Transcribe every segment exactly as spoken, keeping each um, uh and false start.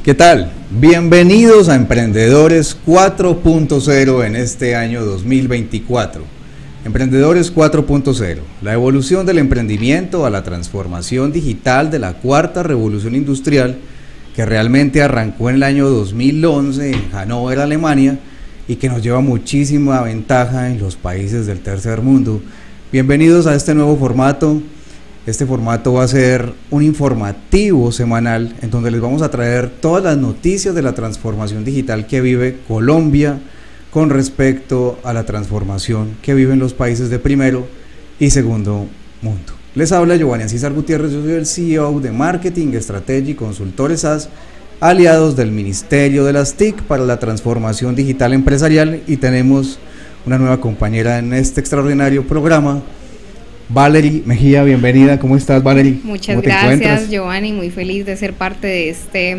¿Qué tal? Bienvenidos a Emprendedores cuatro punto cero en este año dos mil veinticuatro. Emprendedores cuatro punto cero, la evolución del emprendimiento a la transformación digital de la cuarta revolución industrial que realmente arrancó en el año dos mil once en Hannover, Alemania, y que nos lleva muchísima ventaja en los países del tercer mundo. Bienvenidos a este nuevo formato. Este formato va a ser un informativo semanal en donde les vamos a traer todas las noticias de la transformación digital que vive Colombia con respecto a la transformación que viven los países de primero y segundo mundo. Les habla Giovanni César Gutiérrez, yo soy el C E O de Marketing Strategy Consultores S A S, aliados del Ministerio de las T I C para la transformación digital empresarial, y tenemos una nueva compañera en este extraordinario programa, Valery Mejía. Bienvenida. ¿Cómo estás, Valery? Muchas gracias, Giovanni, muy feliz de ser parte de este,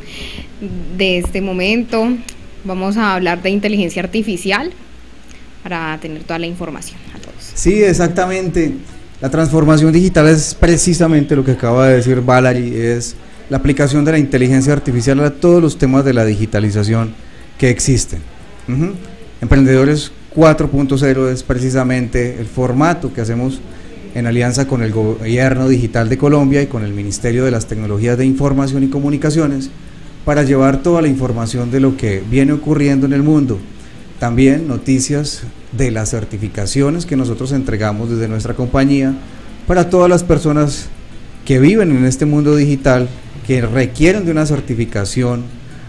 de este momento. Vamos a hablar de inteligencia artificial para tener toda la información a todos. Sí, exactamente. La transformación digital es precisamente lo que acaba de decir Valery, es la aplicación de la inteligencia artificial a todos los temas de la digitalización que existen. Uh-huh. Emprendedores cuatro punto cero es precisamente el formato que hacemos en alianza con el Gobierno Digital de Colombia y con el Ministerio de las Tecnologías de Información y Comunicaciones para llevar toda la información de lo que viene ocurriendo en el mundo. También noticias de las certificaciones que nosotros entregamos desde nuestra compañía para todas las personas que viven en este mundo digital, que requieren de una certificación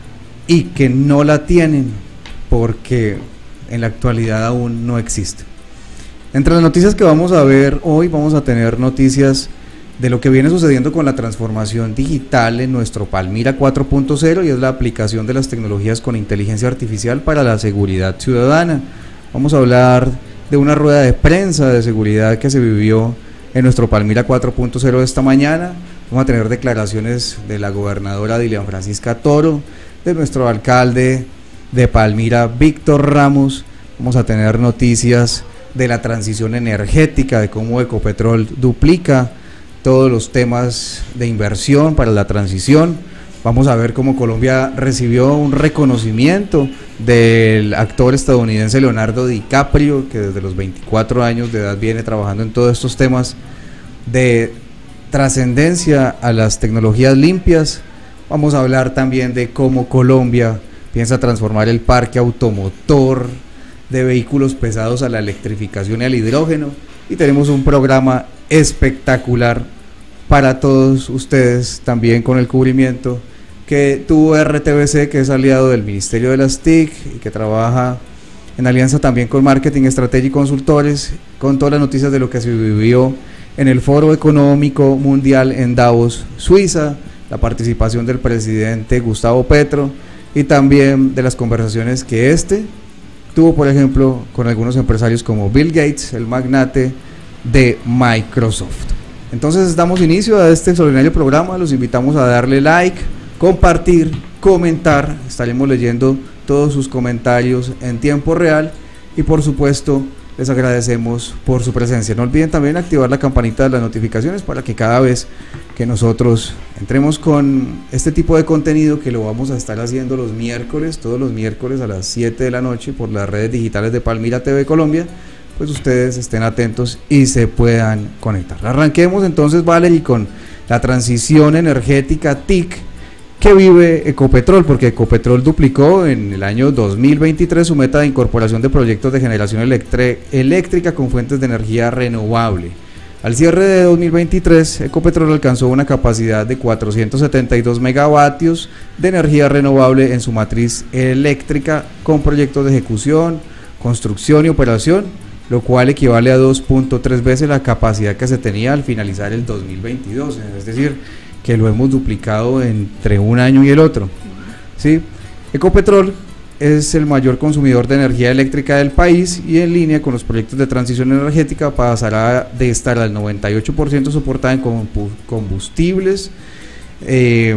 y que no la tienen porque en la actualidad aún no existe. Entre las noticias que vamos a ver hoy, vamos a tener noticias de lo que viene sucediendo con la transformación digital en nuestro Palmira cuatro punto cero, y es la aplicación de las tecnologías con inteligencia artificial para la seguridad ciudadana. Vamos a hablar de una rueda de prensa de seguridad que se vivió en nuestro Palmira cuatro punto cero esta mañana. Vamos a tener declaraciones de la gobernadora Dilian Francisca Toro, de nuestro alcalde de Palmira, Víctor Ramos. Vamos a tener noticias de la transición energética, de cómo Ecopetrol duplica todos los temas de inversión para la transición. Vamos a ver cómo Colombia recibió un reconocimiento del actor estadounidense Leonardo DiCaprio, que desde los veinticuatro años de edad viene trabajando en todos estos temas de trascendencia a las tecnologías limpias. Vamos a hablar también de cómo Colombia piensa transformar el parque automotor de vehículos pesados a la electrificación y al hidrógeno, y tenemos un programa espectacular para todos ustedes, también con el cubrimiento que tuvo R T B C, que es aliado del Ministerio de las T I C y que trabaja en alianza también con Marketing Strategy Consultores, con todas las noticias de lo que se vivió en el Foro Económico Mundial en Davos, Suiza, la participación del presidente Gustavo Petro, y también de las conversaciones que este tuvo, por ejemplo, con algunos empresarios como Bill Gates, el magnate de Microsoft. Entonces damos inicio a este extraordinario programa. Los invitamos a darle like, compartir, comentar. Estaremos leyendo todos sus comentarios en tiempo real y, por supuesto, les agradecemos por su presencia. No olviden también activar la campanita de las notificaciones para que cada vez que nosotros entremos con este tipo de contenido, que lo vamos a estar haciendo los miércoles, todos los miércoles a las siete de la noche por las redes digitales de Palmira T V Colombia, pues ustedes estén atentos y se puedan conectar. Arranquemos entonces, Valery, con la transición energética T I C que vive Ecopetrol, porque Ecopetrol duplicó en el año dos mil veintitrés su meta de incorporación de proyectos de generación eléctrica con fuentes de energía renovable. Al cierre de dos mil veintitrés, Ecopetrol alcanzó una capacidad de cuatrocientos setenta y dos megavatios de energía renovable en su matriz eléctrica, con proyectos de ejecución, construcción y operación, lo cual equivale a dos punto tres veces la capacidad que se tenía al finalizar el dos mil veintidós, es decir, que lo hemos duplicado entre un año y el otro, ¿sí? Ecopetrol es el mayor consumidor de energía eléctrica del país, y en línea con los proyectos de transición energética pasará de estar al noventa y ocho por ciento soportada en combustibles eh,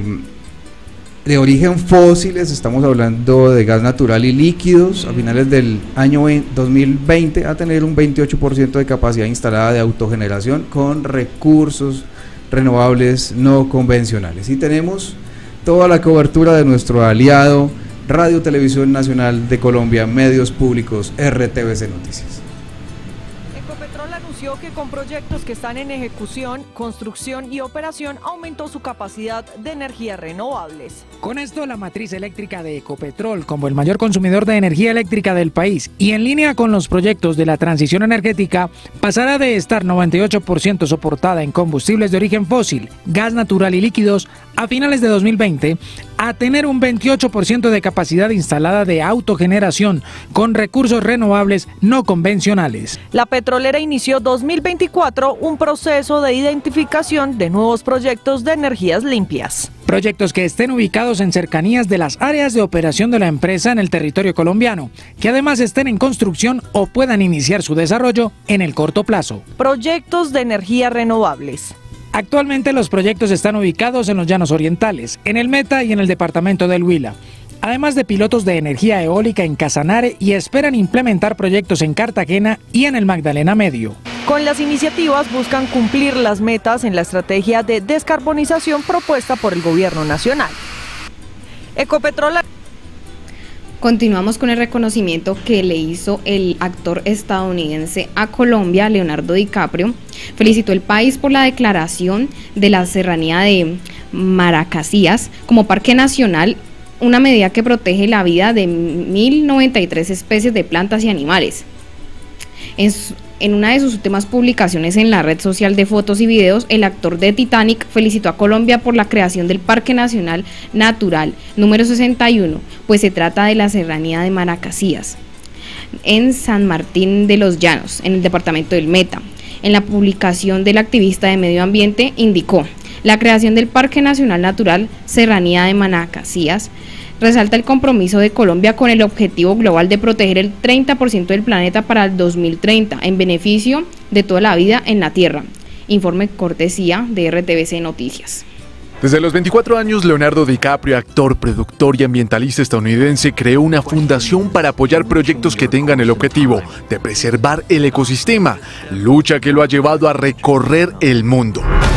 de origen fósiles, estamos hablando de gas natural y líquidos, a finales del año dos mil veinte a tener un veintiocho por ciento de capacidad instalada de autogeneración con recursos renovables no convencionales. Y tenemos toda la cobertura de nuestro aliado Radio Televisión Nacional de Colombia, Medios Públicos, R T V C Noticias. Ecopetrol anunció que con proyectos que están en ejecución, construcción y operación aumentó su capacidad de energías renovables. Con esto, la matriz eléctrica de Ecopetrol, como el mayor consumidor de energía eléctrica del país y en línea con los proyectos de la transición energética, pasará de estar noventa y ocho por ciento soportada en combustibles de origen fósil, gas natural y líquidos a finales de dos mil veinte a tener un veintiocho por ciento de capacidad instalada de autogeneración con recursos renovables no convencionales. La petrolera inició dos mil veinticuatro un proceso de identificación de nuevos proyectos de energías limpias. Proyectos que estén ubicados en cercanías de las áreas de operación de la empresa en el territorio colombiano, que además estén en construcción o puedan iniciar su desarrollo en el corto plazo. Proyectos de energías renovables. Actualmente los proyectos están ubicados en los Llanos Orientales, en el Meta y en el departamento del Huila, además de pilotos de energía eólica en Casanare, y esperan implementar proyectos en Cartagena y en el Magdalena Medio. Con las iniciativas buscan cumplir las metas en la estrategia de descarbonización propuesta por el gobierno nacional. Ecopetrol. Continuamos con el reconocimiento que le hizo el actor estadounidense a Colombia, Leonardo DiCaprio. Felicitó al país por la declaración de la serranía de Maracasías como parque nacional, una medida que protege la vida de mil noventa y tres especies de plantas y animales. En, su, en una de sus últimas publicaciones en la red social de fotos y videos, el actor de Titanic felicitó a Colombia por la creación del Parque Nacional Natural número sesenta y uno, pues se trata de la serranía de Maracasías, en San Martín de los Llanos, en el departamento del Meta. En la publicación del activista de medio ambiente indicó: la creación del Parque Nacional Natural Serranía de Maracasías resalta el compromiso de Colombia con el objetivo global de proteger el treinta por ciento del planeta para el dos mil treinta, en beneficio de toda la vida en la Tierra. Informe cortesía de R T V C Noticias. Desde los veinticuatro años, Leonardo DiCaprio, actor, productor y ambientalista estadounidense, creó una fundación para apoyar proyectos que tengan el objetivo de preservar el ecosistema, lucha que lo ha llevado a recorrer el mundo.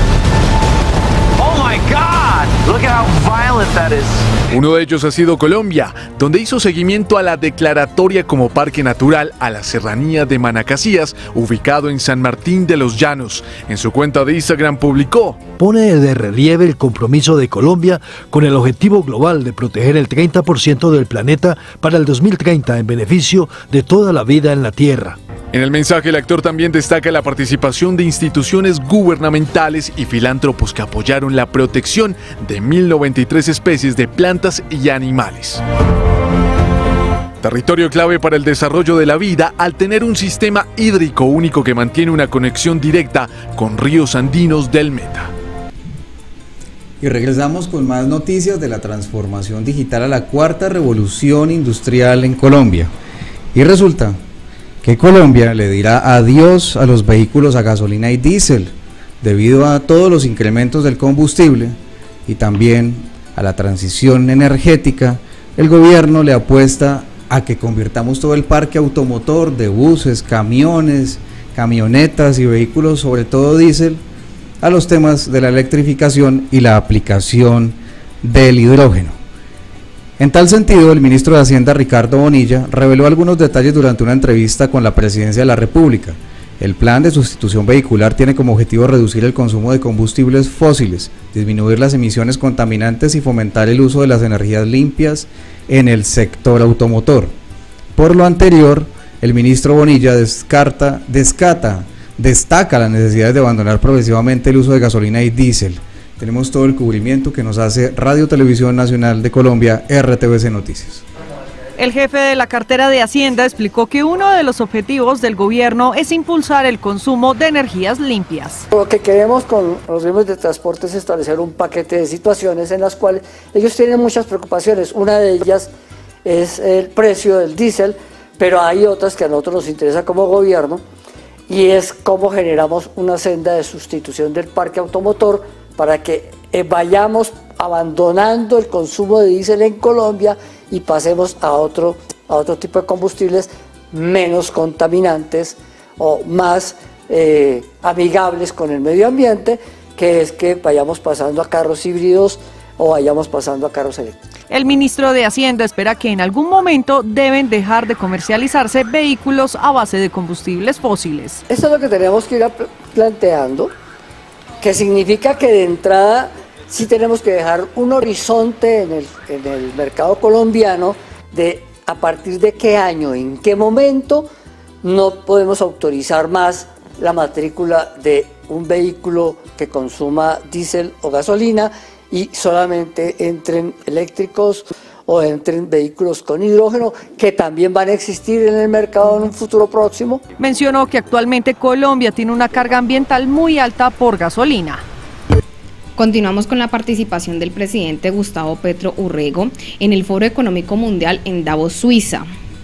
Oh my God, look at how violent that is. Uno de ellos ha sido Colombia, donde hizo seguimiento a la declaratoria como parque natural a la serranía de Maracasías, ubicado en San Martín de los Llanos. En su cuenta de Instagram publicó: pone de relieve el compromiso de Colombia con el objetivo global de proteger el treinta por ciento del planeta para el dos mil treinta en beneficio de toda la vida en la Tierra. En el mensaje, el actor también destaca la participación de instituciones gubernamentales y filántropos que apoyaron la protección de mil noventa y tres especies de plantas y animales. Territorio clave para el desarrollo de la vida al tener un sistema hídrico único que mantiene una conexión directa con ríos andinos del Meta. Y regresamos con más noticias de la transformación digital a la cuarta revolución industrial en Colombia. Y resulta que Colombia le dirá adiós a los vehículos a gasolina y diésel debido a todos los incrementos del combustible y también a la transición energética. El gobierno le apuesta a que convirtamos todo el parque automotor de buses, camiones, camionetas y vehículos, sobre todo diésel, a los temas de la electrificación y la aplicación del hidrógeno. En tal sentido, el ministro de Hacienda, Ricardo Bonilla, reveló algunos detalles durante una entrevista con la Presidencia de la República. El plan de sustitución vehicular tiene como objetivo reducir el consumo de combustibles fósiles, disminuir las emisiones contaminantes y fomentar el uso de las energías limpias en el sector automotor. Por lo anterior, el ministro Bonilla descarta, descata, destaca la necesidad de abandonar progresivamente el uso de gasolina y diésel. Tenemos todo el cubrimiento que nos hace Radio Televisión Nacional de Colombia, R T V C Noticias. El jefe de la cartera de Hacienda explicó que uno de los objetivos del gobierno es impulsar el consumo de energías limpias. Lo que queremos con los gremios de transporte es establecer un paquete de situaciones en las cuales ellos tienen muchas preocupaciones. Una de ellas es el precio del diésel, pero hay otras que a nosotros nos interesa como gobierno, y es cómo generamos una senda de sustitución del parque automotor para que vayamos abandonando el consumo de diésel en Colombia y pasemos a otro, a otro tipo de combustibles menos contaminantes o más eh, amigables con el medio ambiente, que es que vayamos pasando a carros híbridos o vayamos pasando a carros eléctricos. El ministro de Hacienda espera que en algún momento deben dejar de comercializarse vehículos a base de combustibles fósiles. Esto es lo que tenemos que ir planteando, que significa que de entrada sí tenemos que dejar un horizonte en el, en el mercado colombiano de a partir de qué año, en qué momento no podemos autorizar más la matrícula de un vehículo que consuma diésel o gasolina y solamente entren eléctricos o entren vehículos con hidrógeno, que también van a existir en el mercado en un futuro próximo. Mencionó que actualmente Colombia tiene una carga ambiental muy alta por gasolina. Continuamos con la participación del presidente Gustavo Petro Urrego en el Foro Económico Mundial en Davos, Suiza.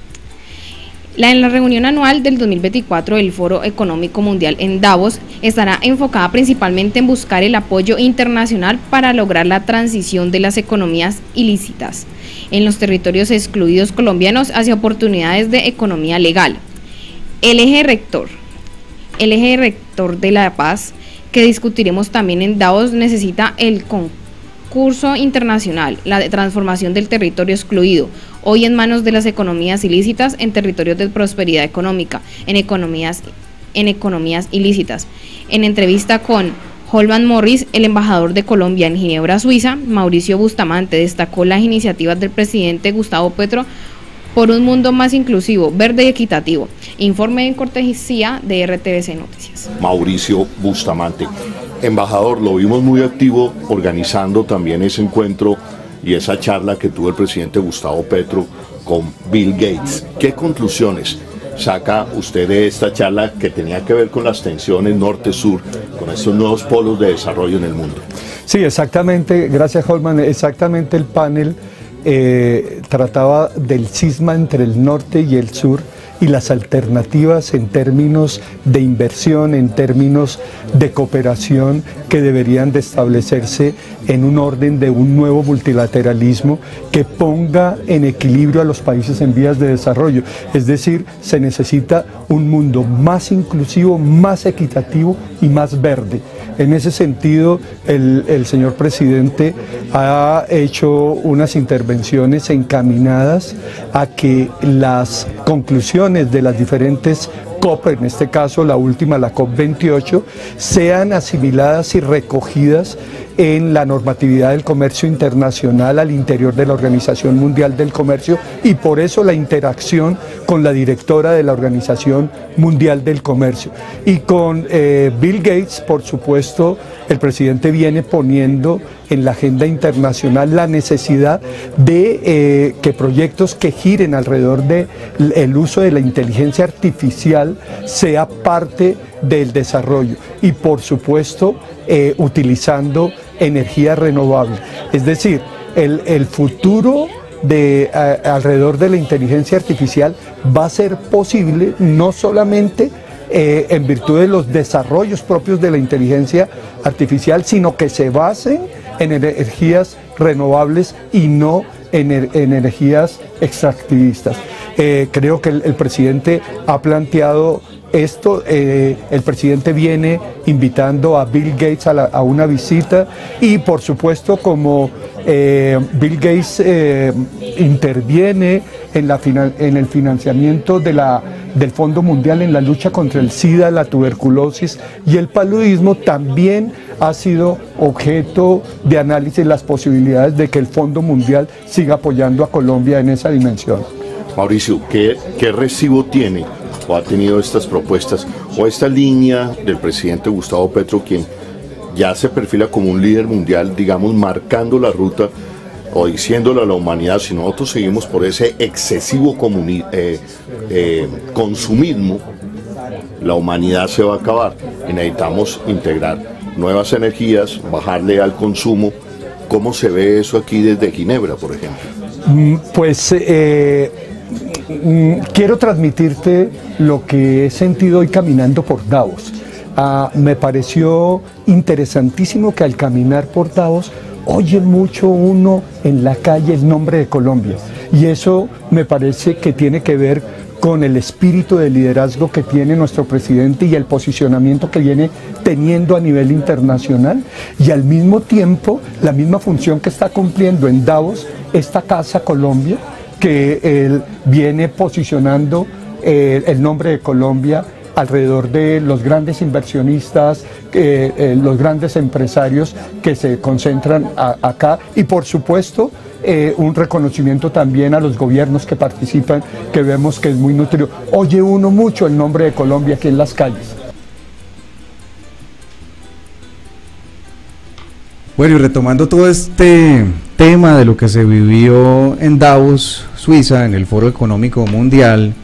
La, en la reunión anual del dos mil veinticuatro del Foro Económico Mundial en Davos estará enfocada principalmente en buscar el apoyo internacional para lograr la transición de las economías ilícitas en los territorios excluidos colombianos hacia oportunidades de economía legal. El eje rector, el eje rector de la paz que discutiremos también en Davos necesita el concurso internacional, la transformación del territorio excluido, hoy en manos de las economías ilícitas en territorios de prosperidad económica, en economías, en economías ilícitas. En entrevista con Holman Morris, el embajador de Colombia en Ginebra, Suiza, Mauricio Bustamante destacó las iniciativas del presidente Gustavo Petro por un mundo más inclusivo, verde y equitativo. Informe en cortesía de R T V C Noticias. Mauricio Bustamante. Embajador, lo vimos muy activo organizando también ese encuentro y esa charla que tuvo el presidente Gustavo Petro con Bill Gates. ¿Qué conclusiones saca usted de esta charla que tenía que ver con las tensiones norte-sur, con estos nuevos polos de desarrollo en el mundo? Sí, exactamente, gracias Holman, exactamente el panel eh, trataba del cisma entre el norte y el sur y las alternativas en términos de inversión, en términos de cooperación que deberían de establecerse en un orden de un nuevo multilateralismo que ponga en equilibrio a los países en vías de desarrollo. Es decir, se necesita un mundo más inclusivo, más equitativo y más verde. En ese sentido, el, el señor presidente ha hecho unas intervenciones encaminadas a que las conclusiones de las diferentes COP, en este caso la última, la COP veintiocho, sean asimiladas y recogidas en la normatividad del comercio internacional al interior de la Organización Mundial del Comercio, y por eso la interacción con la directora de la Organización Mundial del Comercio. Y con eh, Bill Gates, por supuesto, el presidente viene poniendo en la agenda internacional la necesidad de eh, que proyectos que giren alrededor del uso de la inteligencia artificial sea parte del desarrollo y por supuesto eh, utilizando energía renovable. Es decir, el, el futuro de a, alrededor de la inteligencia artificial va a ser posible no solamente eh, en virtud de los desarrollos propios de la inteligencia artificial, sino que se basen en energías renovables y no en, en energías extractivistas. Eh, creo que el, el presidente ha planteado esto, eh, el presidente viene invitando a Bill Gates a, la, a una visita y por supuesto como eh, Bill Gates eh, interviene en, la, en el financiamiento de la, del Fondo Mundial en la lucha contra el SIDA, la tuberculosis y el paludismo, también ha sido objeto de análisis las posibilidades de que el Fondo Mundial siga apoyando a Colombia en esa dimensión. Mauricio, ¿qué, qué recibo tiene o ha tenido estas propuestas o esta línea del presidente Gustavo Petro, quien ya se perfila como un líder mundial, digamos, marcando la ruta o diciéndole a la humanidad, si nosotros seguimos por ese excesivo comuni eh, eh, consumismo, la humanidad se va a acabar y necesitamos integrar nuevas energías, bajarle al consumo? ¿Cómo se ve eso aquí desde Ginebra, por ejemplo? Pues eh, quiero transmitirte lo que he sentido hoy caminando por Davos. Ah, me pareció interesantísimo que al caminar por Davos oye mucho uno en la calle el nombre de Colombia, y eso me parece que tiene que ver con el espíritu de liderazgo que tiene nuestro presidente y el posicionamiento que viene teniendo a nivel internacional, y al mismo tiempo la misma función que está cumpliendo en Davos esta Casa Colombia, que él viene posicionando eh, el nombre de Colombia alrededor de los grandes inversionistas, eh, eh, los grandes empresarios que se concentran a, acá, y por supuesto eh, un reconocimiento también a los gobiernos que participan, que vemos que es muy nutrido. Oye uno mucho el nombre de Colombia aquí en las calles. Bueno, y retomando todo este tema de lo que se vivió en Davos, Suiza, en el Foro Económico Mundial,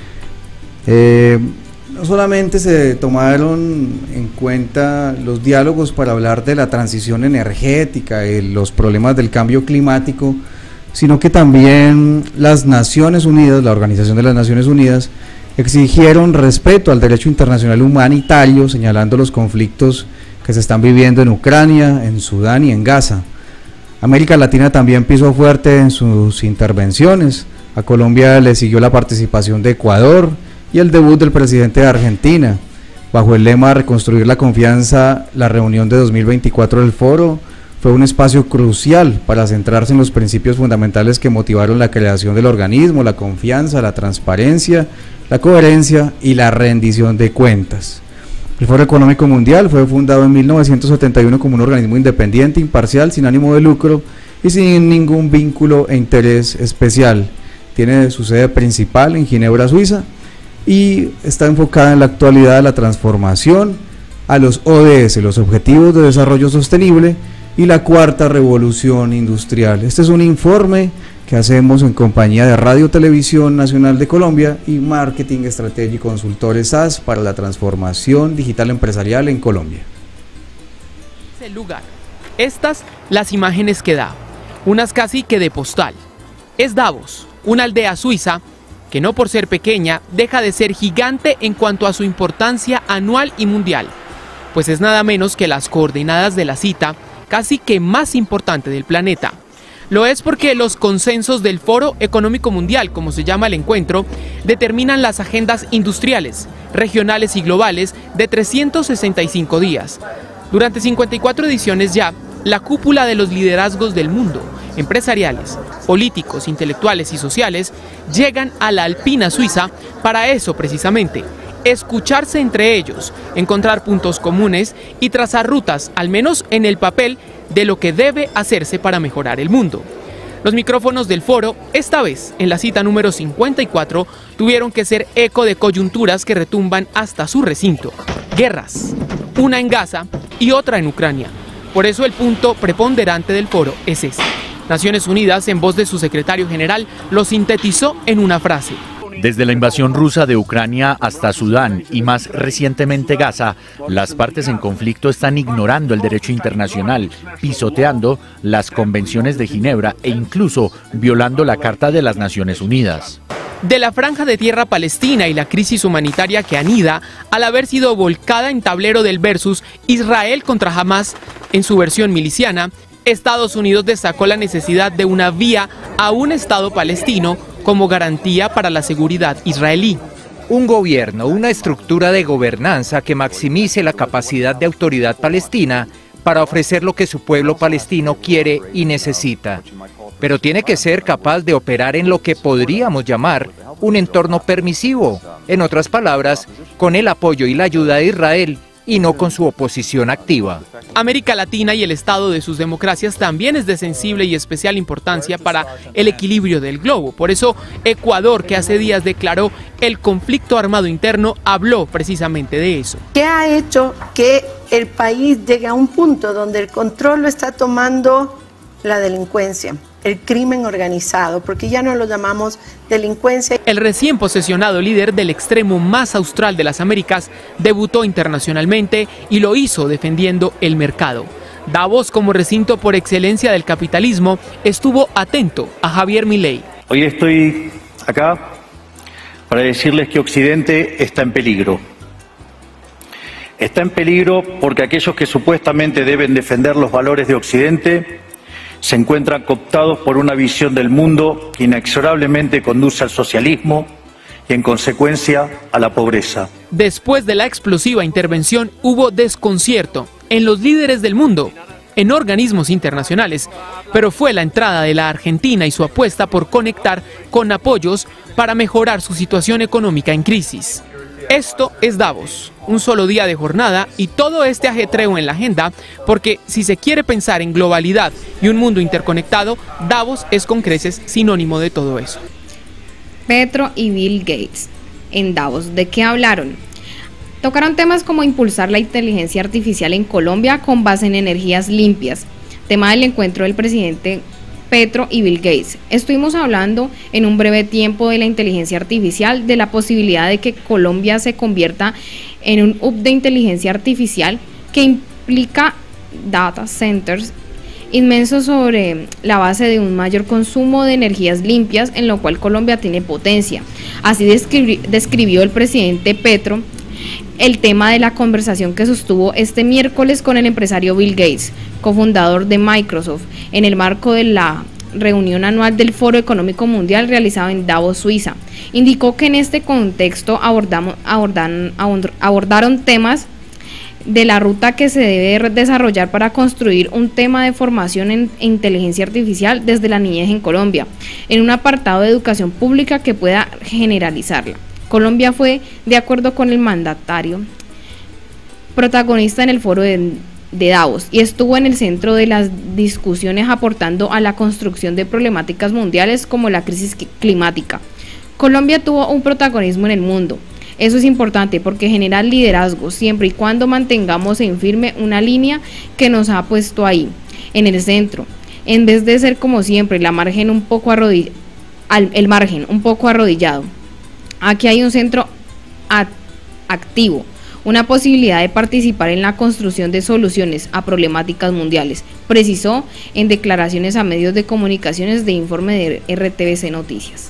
eh, no solamente se tomaron en cuenta los diálogos para hablar de la transición energética y los problemas del cambio climático, sino que también las Naciones Unidas, la Organización de las Naciones Unidas, exigieron respeto al derecho internacional humanitario, señalando los conflictos que se están viviendo en Ucrania, en Sudán y en Gaza. América Latina también pisó fuerte en sus intervenciones. A Colombia le siguió la participación de Ecuador y el debut del presidente de Argentina. Bajo el lema Reconstruir la confianza, la reunión de dos mil veinticuatro del foro fue un espacio crucial para centrarse en los principios fundamentales que motivaron la creación del organismo: la confianza, la transparencia, la coherencia y la rendición de cuentas. El Foro Económico Mundial fue fundado en mil novecientos setenta y uno como un organismo independiente, imparcial, sin ánimo de lucro y sin ningún vínculo e interés especial. Tiene su sede principal en Ginebra, Suiza, y está enfocada en la actualidad a la transformación, a los O D S, los Objetivos de Desarrollo Sostenible, y la Cuarta Revolución Industrial. Este es un informe que hacemos en compañía de Radio Televisión Nacional de Colombia y Marketing Strategy Consultores S A S para la transformación digital empresarial en Colombia. El lugar. Estas las imágenes que da, unas casi que de postal. Es Davos, una aldea suiza que no por ser pequeña deja de ser gigante en cuanto a su importancia anual y mundial, pues es nada menos que las coordenadas de la cita casi que más importante del planeta. Lo es porque los consensos del Foro Económico Mundial, como se llama el encuentro, determinan las agendas industriales, regionales y globales de trescientos sesenta y cinco días. Durante cincuenta y cuatro ediciones ya, la cúpula de los liderazgos del mundo, empresariales, políticos, intelectuales y sociales, llegan a la Alpina Suiza para eso precisamente: escucharse entre ellos, encontrar puntos comunes y trazar rutas, al menos en el papel, de lo que debe hacerse para mejorar el mundo. Los micrófonos del foro, esta vez en la cita número cincuenta y cuatro, tuvieron que ser eco de coyunturas que retumban hasta su recinto. Guerras, una en Gaza y otra en Ucrania. Por eso el punto preponderante del foro es ese. Naciones Unidas, en voz de su secretario general, lo sintetizó en una frase: desde la invasión rusa de Ucrania hasta Sudán y más recientemente Gaza, las partes en conflicto están ignorando el derecho internacional, pisoteando las convenciones de Ginebra e incluso violando la Carta de las Naciones Unidas. De la franja de tierra palestina y la crisis humanitaria que anida al haber sido volcada en tablero del versus Israel contra Hamas en su versión miliciana, Estados Unidos destacó la necesidad de una vía a un Estado palestino como garantía para la seguridad israelí. Un gobierno, una estructura de gobernanza que maximice la capacidad de autoridad palestina para ofrecer lo que su pueblo palestino quiere y necesita. Pero tiene que ser capaz de operar en lo que podríamos llamar un entorno permisivo, en otras palabras, con el apoyo y la ayuda de Israel y no con su oposición activa. América Latina y el estado de sus democracias también es de sensible y especial importancia para el equilibrio del globo. Por eso Ecuador, que hace días declaró el conflicto armado interno, habló precisamente de eso. ¿Qué ha hecho que el país llegue a un punto donde el control lo está tomando la delincuencia, el crimen organizado, porque ya no lo llamamos delincuencia? El recién posesionado líder del extremo más austral de las Américas debutó internacionalmente y lo hizo defendiendo el mercado. Davos, como recinto por excelencia del capitalismo, estuvo atento a Javier Milei. Hoy estoy acá para decirles que Occidente está en peligro. Está en peligro porque aquellos que supuestamente deben defender los valores de Occidente se encuentran cooptados por una visión del mundo que inexorablemente conduce al socialismo y en consecuencia a la pobreza. Después de la explosiva intervención hubo desconcierto en los líderes del mundo, en organismos internacionales, pero fue la entrada de la Argentina y su apuesta por conectar con apoyos para mejorar su situación económica en crisis. Esto es Davos, un solo día de jornada y todo este ajetreo en la agenda, porque si se quiere pensar en globalidad y un mundo interconectado, Davos es con creces sinónimo de todo eso. Petro y Bill Gates en Davos, ¿de qué hablaron? Tocaron temas como impulsar la inteligencia artificial en Colombia con base en energías limpias, tema del encuentro del presidente Petro y Bill Gates. Estuvimos hablando en un breve tiempo de la inteligencia artificial, de la posibilidad de que Colombia se convierta en un hub de inteligencia artificial que implica data centers inmensos sobre la base de un mayor consumo de energías limpias, en lo cual Colombia tiene potencia. Así describi- describió el presidente Petro el tema de la conversación que sostuvo este miércoles con el empresario Bill Gates, cofundador de Microsoft, en el marco de la reunión anual del Foro Económico Mundial realizado en Davos, Suiza. Indicó que en este contexto abordamos, abordan, abordaron temas de la ruta que se debe desarrollar para construir un tema de formación en inteligencia artificial desde la niñez en Colombia, en un apartado de educación pública que pueda generalizarla. Colombia fue, de acuerdo con el mandatario, protagonista en el foro de, de Davos y estuvo en el centro de las discusiones aportando a la construcción de problemáticas mundiales como la crisis climática. Colombia tuvo un protagonismo en el mundo. Eso es importante porque genera liderazgo siempre y cuando mantengamos en firme una línea que nos ha puesto ahí, en el centro, en vez de ser como siempre la margen un poco arrodill- al, el margen un poco arrodillado. Aquí hay un centro activo, una posibilidad de participar en la construcción de soluciones a problemáticas mundiales, precisó en declaraciones a medios de comunicaciones de informe de R T V C Noticias.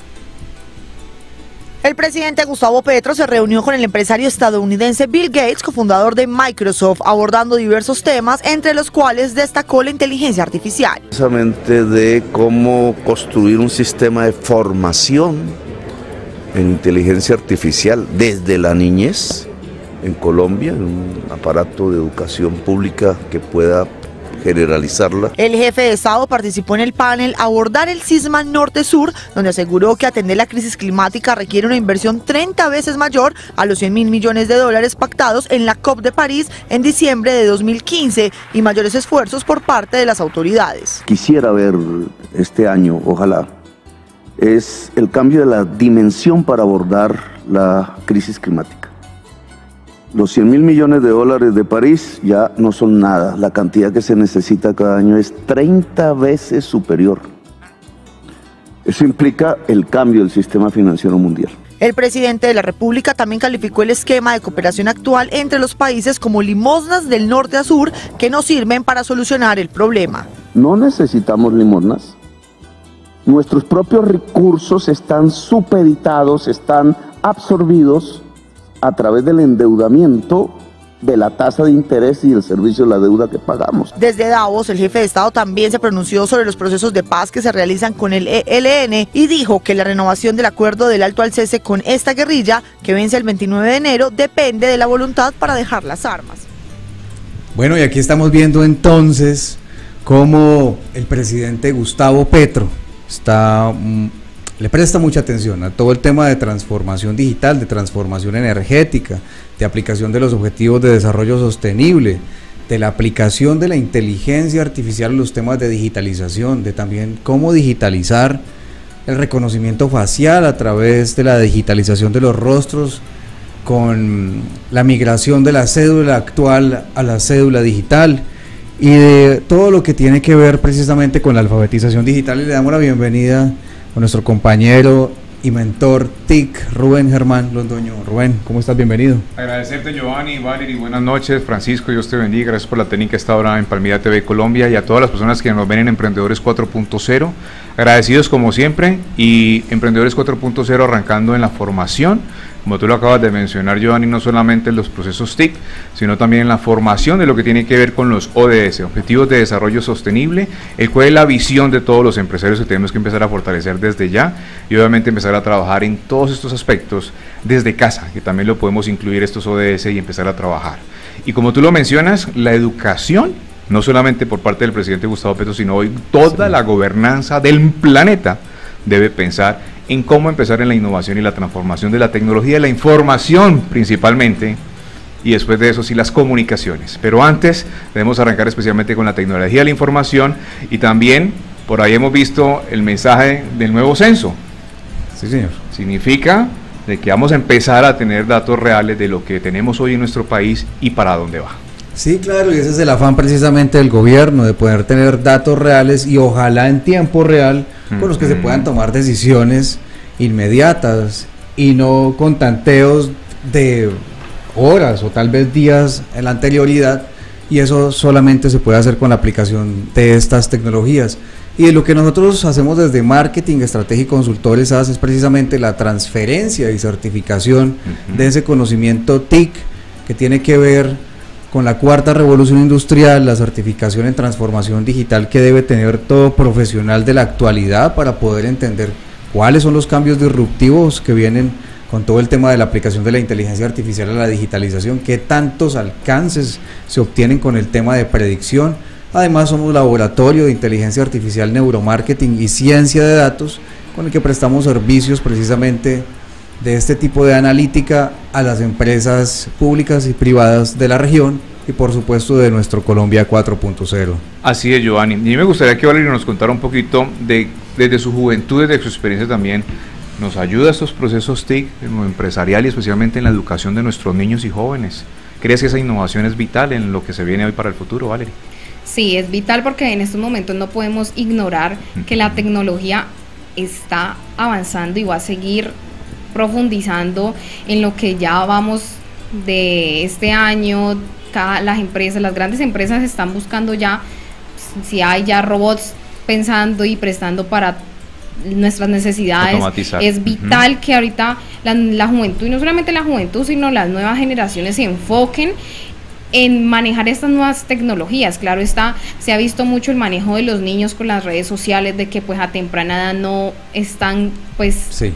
El presidente Gustavo Petro se reunió con el empresario estadounidense Bill Gates, cofundador de Microsoft, abordando diversos temas, entre los cuales destacó la inteligencia artificial. Precisamente de cómo construir un sistema de formación en inteligencia artificial desde la niñez en Colombia, en un aparato de educación pública que pueda generalizarla. El jefe de Estado participó en el panel Abordar el Cisma Norte-Sur, donde aseguró que atender la crisis climática requiere una inversión treinta veces mayor a los cien mil millones de dólares pactados en la COP de París en diciembre de dos mil quince y mayores esfuerzos por parte de las autoridades. Quisiera ver este año, ojalá, es el cambio de la dimensión para abordar la crisis climática. Los cien mil millones de dólares de París ya no son nada, la cantidad que se necesita cada año es treinta veces superior. Eso implica el cambio del sistema financiero mundial. El presidente de la República también calificó el esquema de cooperación actual entre los países como limosnas del norte a sur que no sirven para solucionar el problema. No necesitamos limosnas. Nuestros propios recursos están supeditados, están absorbidos a través del endeudamiento, de la tasa de interés y el servicio de la deuda que pagamos. Desde Davos, el jefe de Estado también se pronunció sobre los procesos de paz que se realizan con el E L N y dijo que la renovación del acuerdo del alto al cese con esta guerrilla, que vence el veintinueve de enero, depende de la voluntad para dejar las armas. Bueno, y aquí estamos viendo entonces cómo el presidente Gustavo Petro está, mm, le presta mucha atención a todo el tema de transformación digital, de transformación energética, de aplicación de los objetivos de desarrollo sostenible, de la aplicación de la inteligencia artificial en los temas de digitalización, de también cómo digitalizar el reconocimiento facial a través de la digitalización de los rostros, con la migración de la cédula actual a la cédula digital, y de todo lo que tiene que ver precisamente con la alfabetización digital. Y le damos la bienvenida a nuestro compañero y mentor T I C, Rubén Germán Londoño. Rubén, ¿cómo estás? Bienvenido. Agradecerte, Giovanni, Valery, buenas noches. Francisco, Dios te bendiga, gracias por la técnica esta hora en Palmira T V Colombia, y a todas las personas que nos ven en Emprendedores cuatro punto cero, agradecidos como siempre, y Emprendedores cuatro punto cero arrancando en la formación como tú lo acabas de mencionar, Giovanni, no solamente en los procesos T I C, sino también en la formación de lo que tiene que ver con los O D S, Objetivos de Desarrollo Sostenible, el cual es la visión de todos los empresarios que tenemos que empezar a fortalecer desde ya y obviamente empezar a trabajar en todos estos aspectos desde casa, que también lo podemos incluir estos O D S y empezar a trabajar. Y como tú lo mencionas, la educación, no solamente por parte del presidente Gustavo Petro, sino hoy toda sí. la gobernanza del planeta debe pensar en cómo empezar en la innovación y la transformación de la tecnología y la información principalmente, y después de eso sí las comunicaciones. Pero antes debemos arrancar especialmente con la tecnología de la información, y también por ahí hemos visto el mensaje del nuevo censo. Sí, señor. Significa de que vamos a empezar a tener datos reales de lo que tenemos hoy en nuestro país y para dónde va. Sí, claro, y ese es el afán precisamente del gobierno, de poder tener datos reales y ojalá en tiempo real con mm-hmm. los que se puedan tomar decisiones inmediatas y no con tanteos de horas o tal vez días en la anterioridad, y eso solamente se puede hacer con la aplicación de estas tecnologías. Y lo que nosotros hacemos desde Marketing, Estrategia y Consultores A S es precisamente la transferencia y certificación uh-huh. de ese conocimiento T I C que tiene que ver con la cuarta revolución industrial, la certificación en transformación digital que debe tener todo profesional de la actualidad para poder entender cuáles son los cambios disruptivos que vienen con todo el tema de la aplicación de la inteligencia artificial a la digitalización, qué tantos alcances se obtienen con el tema de predicción. Además somos laboratorio de inteligencia artificial, neuromarketing y ciencia de datos, con el que prestamos servicios precisamente de este tipo de analítica a las empresas públicas y privadas de la región y por supuesto de nuestro Colombia cuatro punto cero. Así es, Giovanni. Y a mí me gustaría que Valerio nos contara un poquito de, desde su juventud, desde su experiencia también, nos ayuda a estos procesos T I C en lo empresarial y especialmente en la educación de nuestros niños y jóvenes. ¿Crees que esa innovación es vital en lo que se viene hoy para el futuro, Valeria? Sí, es vital porque en estos momentos no podemos ignorar uh-huh. que la tecnología está avanzando y va a seguir profundizando en lo que ya vamos de este año. Cada, las empresas, las grandes empresas están buscando ya, si hay ya robots pensando y prestando para nuestras necesidades. Automatizar. Es vital uh-huh. que ahorita la, la juventud, y no solamente la juventud, sino las nuevas generaciones se enfoquen en manejar estas nuevas tecnologías. Claro está, se ha visto mucho el manejo de los niños con las redes sociales, de que pues a temprana edad no están pues sí.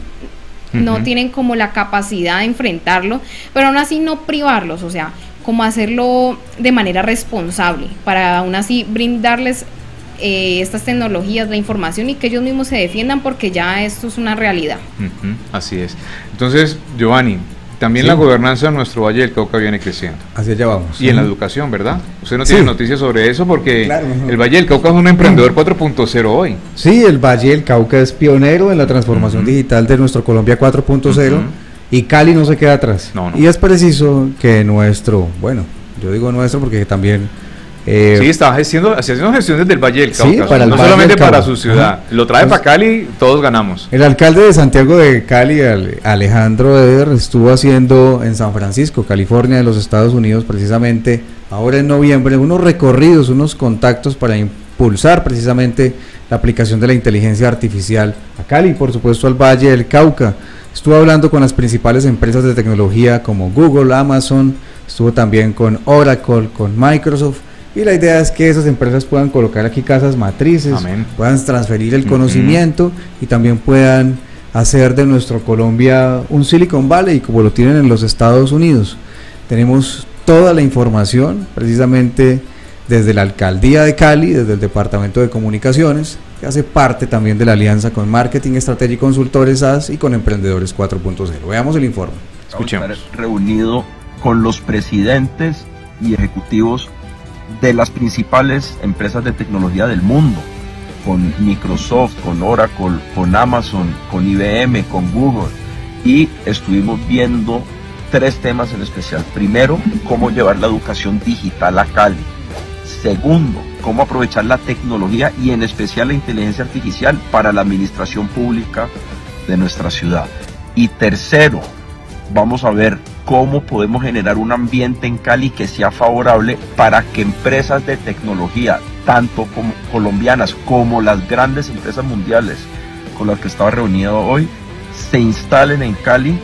no uh-huh. tienen como la capacidad de enfrentarlo, pero aún así no privarlos, o sea, como hacerlo de manera responsable, para aún así brindarles eh, estas tecnologías, la información, y que ellos mismos se defiendan, porque ya esto es una realidad. Uh-huh. Así es. Entonces, Giovanni, también sí. la gobernanza de nuestro Valle del Cauca viene creciendo. Hacia allá vamos. Y uh-huh. en la educación, ¿verdad? Usted no sí. tiene noticias sobre eso, porque claro, uh-huh. el Valle del Cauca es un emprendedor cuatro punto cero hoy. Sí, el Valle del Cauca es pionero en la transformación uh-huh. digital de nuestro Colombia cuatro punto cero, uh-huh. y Cali no se queda atrás. No, no. Y es preciso que nuestro, bueno, yo digo nuestro porque también... Eh, sí, está haciendo, haciendo gestiones del Valle del Cauca, sí, para no solamente para su ciudad, uh-huh. lo trae para Cali, todos ganamos. El alcalde de Santiago de Cali, Alejandro Eder, estuvo haciendo en San Francisco, California, de los Estados Unidos, precisamente ahora en noviembre, unos recorridos, unos contactos para impulsar precisamente la aplicación de la inteligencia artificial a Cali, por supuesto al Valle del Cauca. Estuvo hablando con las principales empresas de tecnología como Google, Amazon, estuvo también con Oracle, con Microsoft, y la idea es que esas empresas puedan colocar aquí casas matrices, Amén. puedan transferir el uh-huh. conocimiento y también puedan hacer de nuestro Colombia un Silicon Valley, como lo tienen en los Estados Unidos. Tenemos toda la información precisamente desde la Alcaldía de Cali, desde el Departamento de Comunicaciones, que hace parte también de la alianza con Marketing, Estrategia y Consultores A S y con Emprendedores cuatro punto cero. Veamos el informe. Escuchemos. Vamos a estar reunido con los presidentes y ejecutivos de las principales empresas de tecnología del mundo, con Microsoft, con Oracle, con Amazon, con I B M, con Google, y estuvimos viendo tres temas en especial. Primero, cómo llevar la educación digital a Cali. Segundo, cómo aprovechar la tecnología y en especial la inteligencia artificial para la administración pública de nuestra ciudad. Y tercero, vamos a ver cómo podemos generar un ambiente en Cali que sea favorable para que empresas de tecnología, tanto como colombianas como las grandes empresas mundiales con las que estaba reunido hoy, se instalen en Cali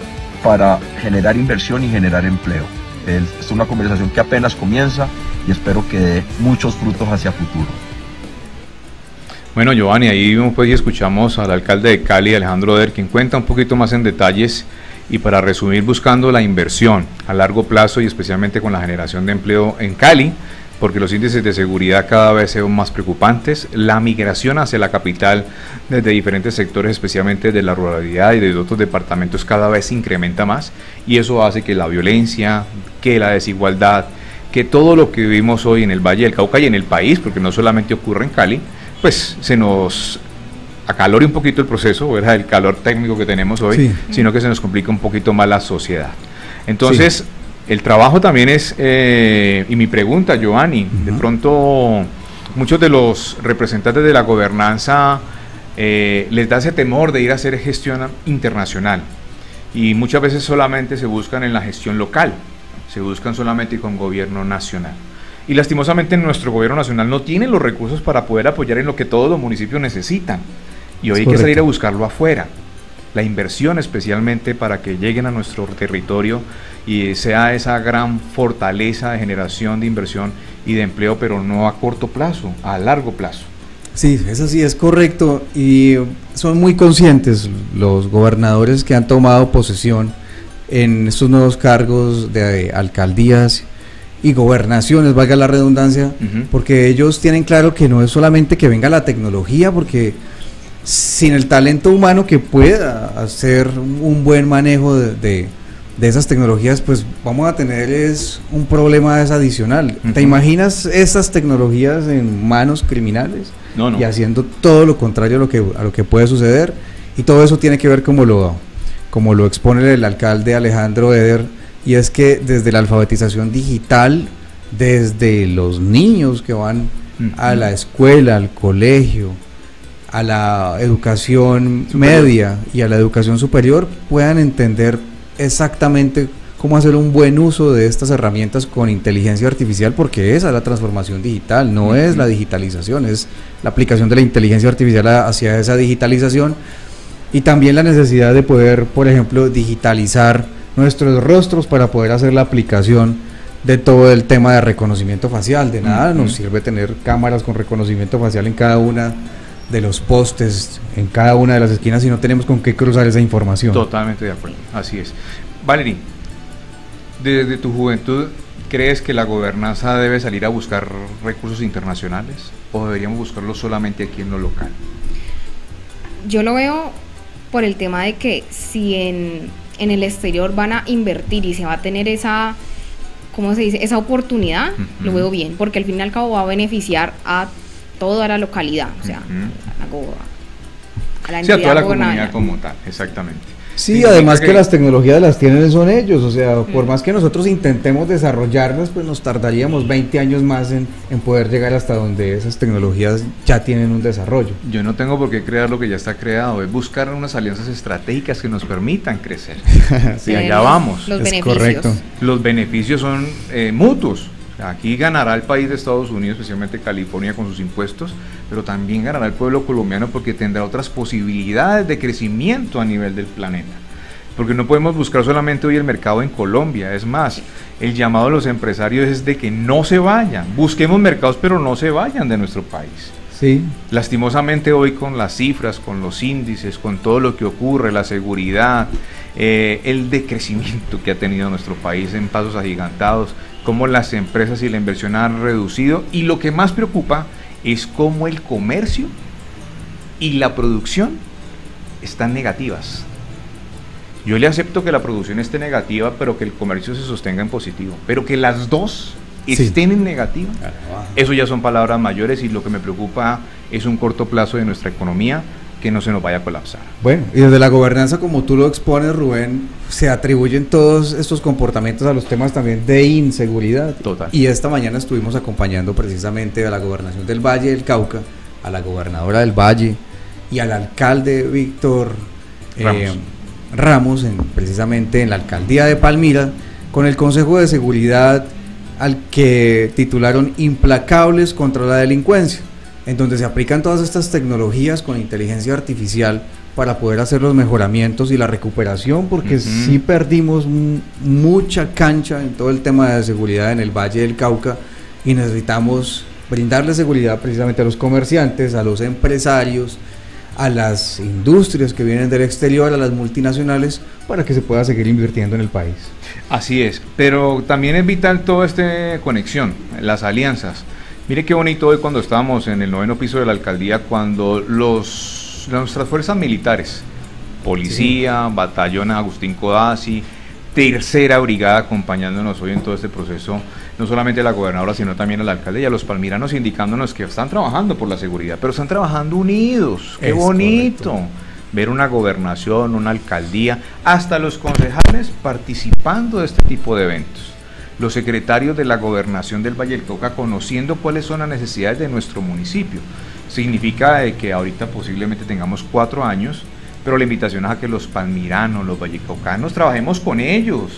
para generar inversión y generar empleo. Es una conversación que apenas comienza y espero que dé muchos frutos hacia futuro. Bueno, Giovanni, ahí pues escuchamos al alcalde de Cali, Alejandro Oder, quien cuenta un poquito más en detalles y para resumir, buscando la inversión a largo plazo y especialmente con la generación de empleo en Cali, porque los índices de seguridad cada vez son más preocupantes, la migración hacia la capital desde diferentes sectores, especialmente de la ruralidad y de otros departamentos, cada vez se incrementa más, y eso hace que la violencia, que la desigualdad, que todo lo que vivimos hoy en el Valle del Cauca y en el país, porque no solamente ocurre en Cali, pues se nos acalore un poquito el proceso, ¿verdad? El calor técnico que tenemos hoy, sí, sino que se nos complica un poquito más la sociedad. Entonces, sí, el trabajo también es, eh, y mi pregunta, Giovanni, uh-huh. de pronto muchos de los representantes de la gobernanza eh, les da ese temor de ir a hacer gestión internacional, y muchas veces solamente se buscan en la gestión local, se buscan solamente con gobierno nacional. Y lastimosamente nuestro gobierno nacional no tiene los recursos para poder apoyar en lo que todos los municipios necesitan. Y hoy hay que salir a buscarlo afuera. La inversión especialmente para que lleguen a nuestro territorio y sea esa gran fortaleza de generación de inversión y de empleo, pero no a corto plazo, a largo plazo. Sí, eso sí es correcto, y son muy conscientes los gobernadores que han tomado posesión en estos nuevos cargos de alcaldías y gobernaciones, valga la redundancia, uh-huh. porque ellos tienen claro que no es solamente que venga la tecnología, porque sin el talento humano que pueda hacer un buen manejo de, de, de esas tecnologías, pues vamos a tener es un problema es adicional. Uh-huh. ¿Te imaginas esas tecnologías en manos criminales? No, no. Y haciendo todo lo contrario a lo que, a lo que puede suceder, y todo eso tiene que ver como lo, como lo expone el alcalde Alejandro Oder, y es que desde la alfabetización digital, desde los niños que van uh-huh. a la escuela, al colegio, a la educación superior. media y a la educación superior, puedan entender exactamente cómo hacer un buen uso de estas herramientas con inteligencia artificial, porque esa es la transformación digital, no uh-huh. es la digitalización, es la aplicación de la inteligencia artificial hacia esa digitalización, y también la necesidad de poder, por ejemplo, digitalizar nuestros rostros para poder hacer la aplicación de todo el tema de reconocimiento facial. De nada uh-huh. nos sirve tener cámaras con reconocimiento facial en cada una de los postes, en cada una de las esquinas, si no tenemos con qué cruzar esa información. Totalmente de acuerdo, así es. Valerie, desde tu juventud, ¿crees que la gobernanza debe salir a buscar recursos internacionales o deberíamos buscarlos solamente aquí en lo local? Yo lo veo por el tema de que si en en el exterior van a invertir y se va a tener esa, ¿cómo se dice?, esa oportunidad, uh-huh. lo veo bien, porque al fin y al cabo va a beneficiar a toda la localidad, o sea, uh-huh. a, la, a la sí, a toda la comunidad como tal, exactamente. Sí, además que, que las tecnologías las tienen son ellos, o sea, por mm. más que nosotros intentemos desarrollarlas, pues nos tardaríamos veinte años más en, en poder llegar hasta donde esas tecnologías ya tienen un desarrollo. Yo no tengo por qué crear lo que ya está creado, es buscar unas alianzas estratégicas que nos permitan crecer. Sí, allá vamos. Los es beneficios. Correcto. Los beneficios son eh, mutuos. Aquí ganará el país de Estados Unidos, especialmente California con sus impuestos, pero también ganará el pueblo colombiano porque tendrá otras posibilidades de crecimiento a nivel del planeta. Porque no podemos buscar solamente hoy el mercado en Colombia, es más, el llamado a los empresarios es de que no se vayan, busquemos mercados pero no se vayan de nuestro país. Sí. Lastimosamente hoy con las cifras, con los índices, con todo lo que ocurre, la seguridad, eh, el decrecimiento que ha tenido nuestro país en pasos agigantados, cómo las empresas y la inversión han reducido, y lo que más preocupa es cómo el comercio y la producción están negativas. Yo le acepto que la producción esté negativa, pero que el comercio se sostenga en positivo, pero que las dos estén sí. en negativa, eso ya son palabras mayores, y lo que me preocupa es un corto plazo de nuestra economía, que no se nos vaya a colapsar. Bueno, y desde la gobernanza, como tú lo expones, Rubén, se atribuyen todos estos comportamientos a los temas también de inseguridad. Total. Y esta mañana estuvimos acompañando precisamente a la gobernación del Valle del Cauca, a la gobernadora del Valle y al alcalde Víctor Ramos, eh, Ramos en, precisamente en la alcaldía de Palmira, con el Consejo de Seguridad al que titularon Implacables contra la Delincuencia, en donde se aplican todas estas tecnologías con inteligencia artificial para poder hacer los mejoramientos y la recuperación, porque uh-huh. sí perdimos m- mucha cancha en todo el tema de seguridad en el Valle del Cauca y necesitamos brindarle seguridad precisamente a los comerciantes, a los empresarios, a las industrias que vienen del exterior, a las multinacionales, para que se pueda seguir invirtiendo en el país. Así es, pero también es vital toda esta conexión, las alianzas. Mire qué bonito hoy cuando estábamos en el noveno piso de la alcaldía, cuando los nuestras fuerzas militares, policía, sí. batallón Agustín Codazzi, tercera brigada acompañándonos hoy en todo este proceso, no solamente a la gobernadora, sino también al alcalde y a los palmiranos, indicándonos que están trabajando por la seguridad, pero están trabajando unidos. ¡Qué es bonito! Correcto. Ver una gobernación, una alcaldía, hasta los concejales participando de este tipo de eventos. Los secretarios de la gobernación del Valle del Cauca conociendo cuáles son las necesidades de nuestro municipio. Significa de que ahorita posiblemente tengamos cuatro años, pero la invitación es a que los palmiranos, los vallecaucanos, trabajemos con ellos,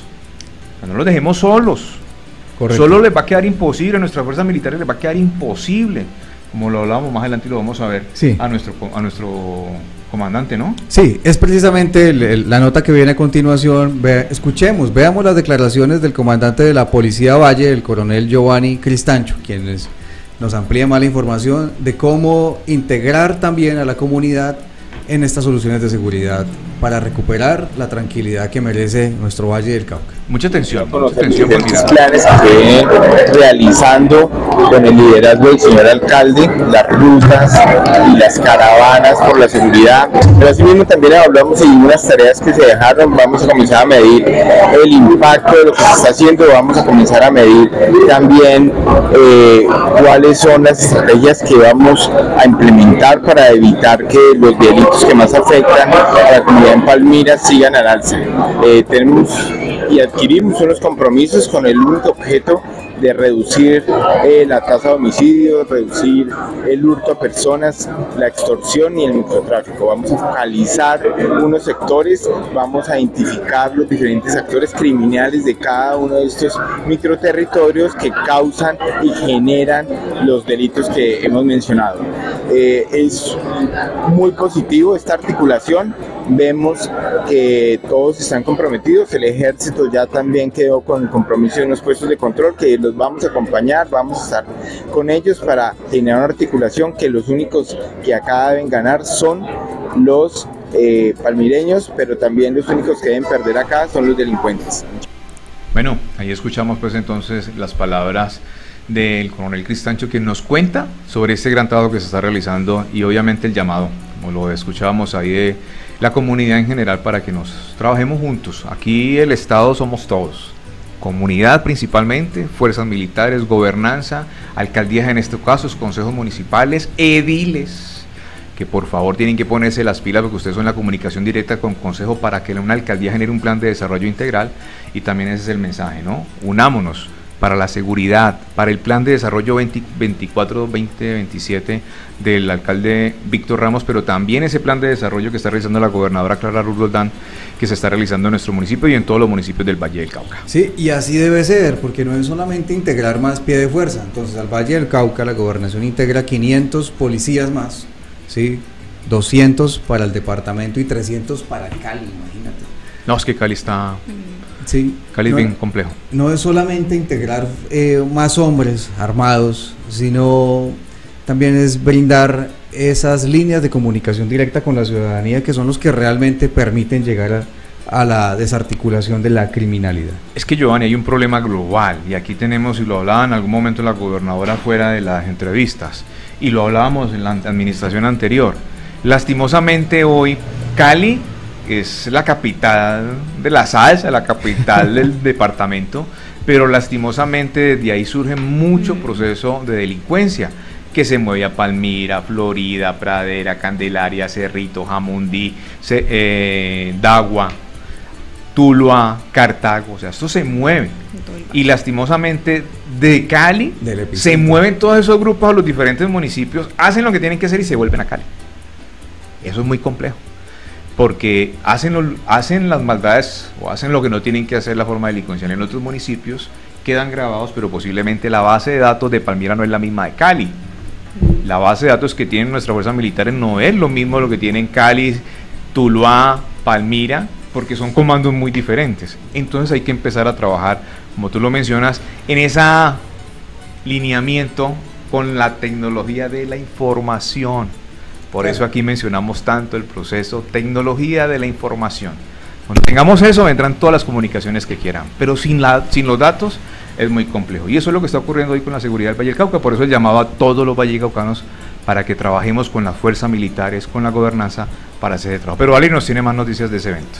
no los dejemos solos. Correcto. Solo les va a quedar imposible, a nuestras fuerzas militares les va a quedar imposible, como lo hablábamos más adelante y lo vamos a ver sí. a nuestro a nuestro comandante, ¿no? Sí, es precisamente el, el, la nota que viene a continuación. Ve, escuchemos, veamos las declaraciones del comandante de la Policía Valle, el coronel Giovanni Cristancho, quien es, nos amplía más la información de cómo integrar también a la comunidad en estas soluciones de seguridad para recuperar la tranquilidad que merece nuestro Valle del Cauca. Mucha atención, mucha atención. Los planes que vienen realizando con el liderazgo del señor alcalde, las rutas y las caravanas por la seguridad, pero así mismo también hablamos de unas tareas que se dejaron. Vamos a comenzar a medir el impacto de lo que se está haciendo, vamos a comenzar a medir también eh, cuáles son las estrategias que vamos a implementar para evitar que los delitos que más afectan a la comunidad en Palmira sigan al alza. Eh, tenemos y adquirimos unos compromisos con el único objeto de reducir eh, la tasa de homicidios, reducir el hurto a personas, la extorsión y el microtráfico. Vamos a focalizar unos sectores, vamos a identificar los diferentes actores criminales de cada uno de estos microterritorios que causan y generan los delitos que hemos mencionado. Eh, es muy positivo esta articulación. Vemos que todos están comprometidos, el ejército ya también quedó con el compromiso de unos puestos de control que los vamos a acompañar, vamos a estar con ellos para generar una articulación que los únicos que acá deben ganar son los eh, palmireños, pero también los únicos que deben perder acá son los delincuentes. Bueno, ahí escuchamos pues entonces las palabras del coronel Cristancho, que nos cuenta sobre este gran trabajo que se está realizando y obviamente el llamado, como lo escuchábamos ahí, de la comunidad en general para que nos trabajemos juntos. Aquí el Estado somos todos, comunidad principalmente, fuerzas militares, gobernanza, alcaldías en estos casos, consejos municipales, ediles, que por favor tienen que ponerse las pilas porque ustedes son la comunicación directa con consejo para que una alcaldía genere un plan de desarrollo integral, y también ese es el mensaje, ¿no? Unámonos para la seguridad, para el plan de desarrollo veinte veinticuatro veinte veintisiete del alcalde Víctor Ramos, pero también ese plan de desarrollo que está realizando la gobernadora Clara Ruth Roldán, que se está realizando en nuestro municipio y en todos los municipios del Valle del Cauca. Sí, y así debe ser, porque no es solamente integrar más pie de fuerza. Entonces al Valle del Cauca la gobernación integra quinientos policías más, ¿sí? doscientos para el departamento y trescientos para Cali, imagínate. No, es que Cali está... Sí, Cali es no, bien complejo. No es solamente integrar eh, más hombres armados, sino también es brindar esas líneas de comunicación directa con la ciudadanía, que son los que realmente permiten llegar a, a la desarticulación de la criminalidad. Es que, Giovanni, hay un problema global, y aquí tenemos, y lo hablaba en algún momento la gobernadora fuera de las entrevistas, y lo hablábamos en la administración anterior. Lastimosamente hoy Cali es la capital de la salsa, la capital del departamento, pero lastimosamente desde ahí surge mucho proceso de delincuencia que se mueve a Palmira, Florida, Pradera, Candelaria, Cerrito, Jamundí, se, eh, Dagua, Tuluá, Cartago, o sea, esto se mueve. Y lastimosamente de Cali se mueven todos esos grupos a los diferentes municipios, hacen lo que tienen que hacer y se vuelven a Cali. Eso es muy complejo, porque hacen, lo, hacen las maldades o hacen lo que no tienen que hacer, la forma delincuencial en otros municipios, quedan grabados, pero posiblemente la base de datos de Palmira no es la misma de Cali. La base de datos que tienen nuestras fuerzas militares no es lo mismo lo que tienen Cali, Tuluá, Palmira, porque son comandos muy diferentes. Entonces hay que empezar a trabajar, como tú lo mencionas, en ese lineamiento con la tecnología de la información. Por eso aquí mencionamos tanto el proceso tecnología de la información. Cuando tengamos eso, vendrán todas las comunicaciones que quieran, pero sin, la, sin los datos es muy complejo. Y eso es lo que está ocurriendo hoy con la seguridad del Valle del Cauca. Por eso el llamado a todos los vallecaucanos para que trabajemos con las fuerzas militares, con la gobernanza, para hacer el trabajo. Pero Valeria nos tiene más noticias de ese evento.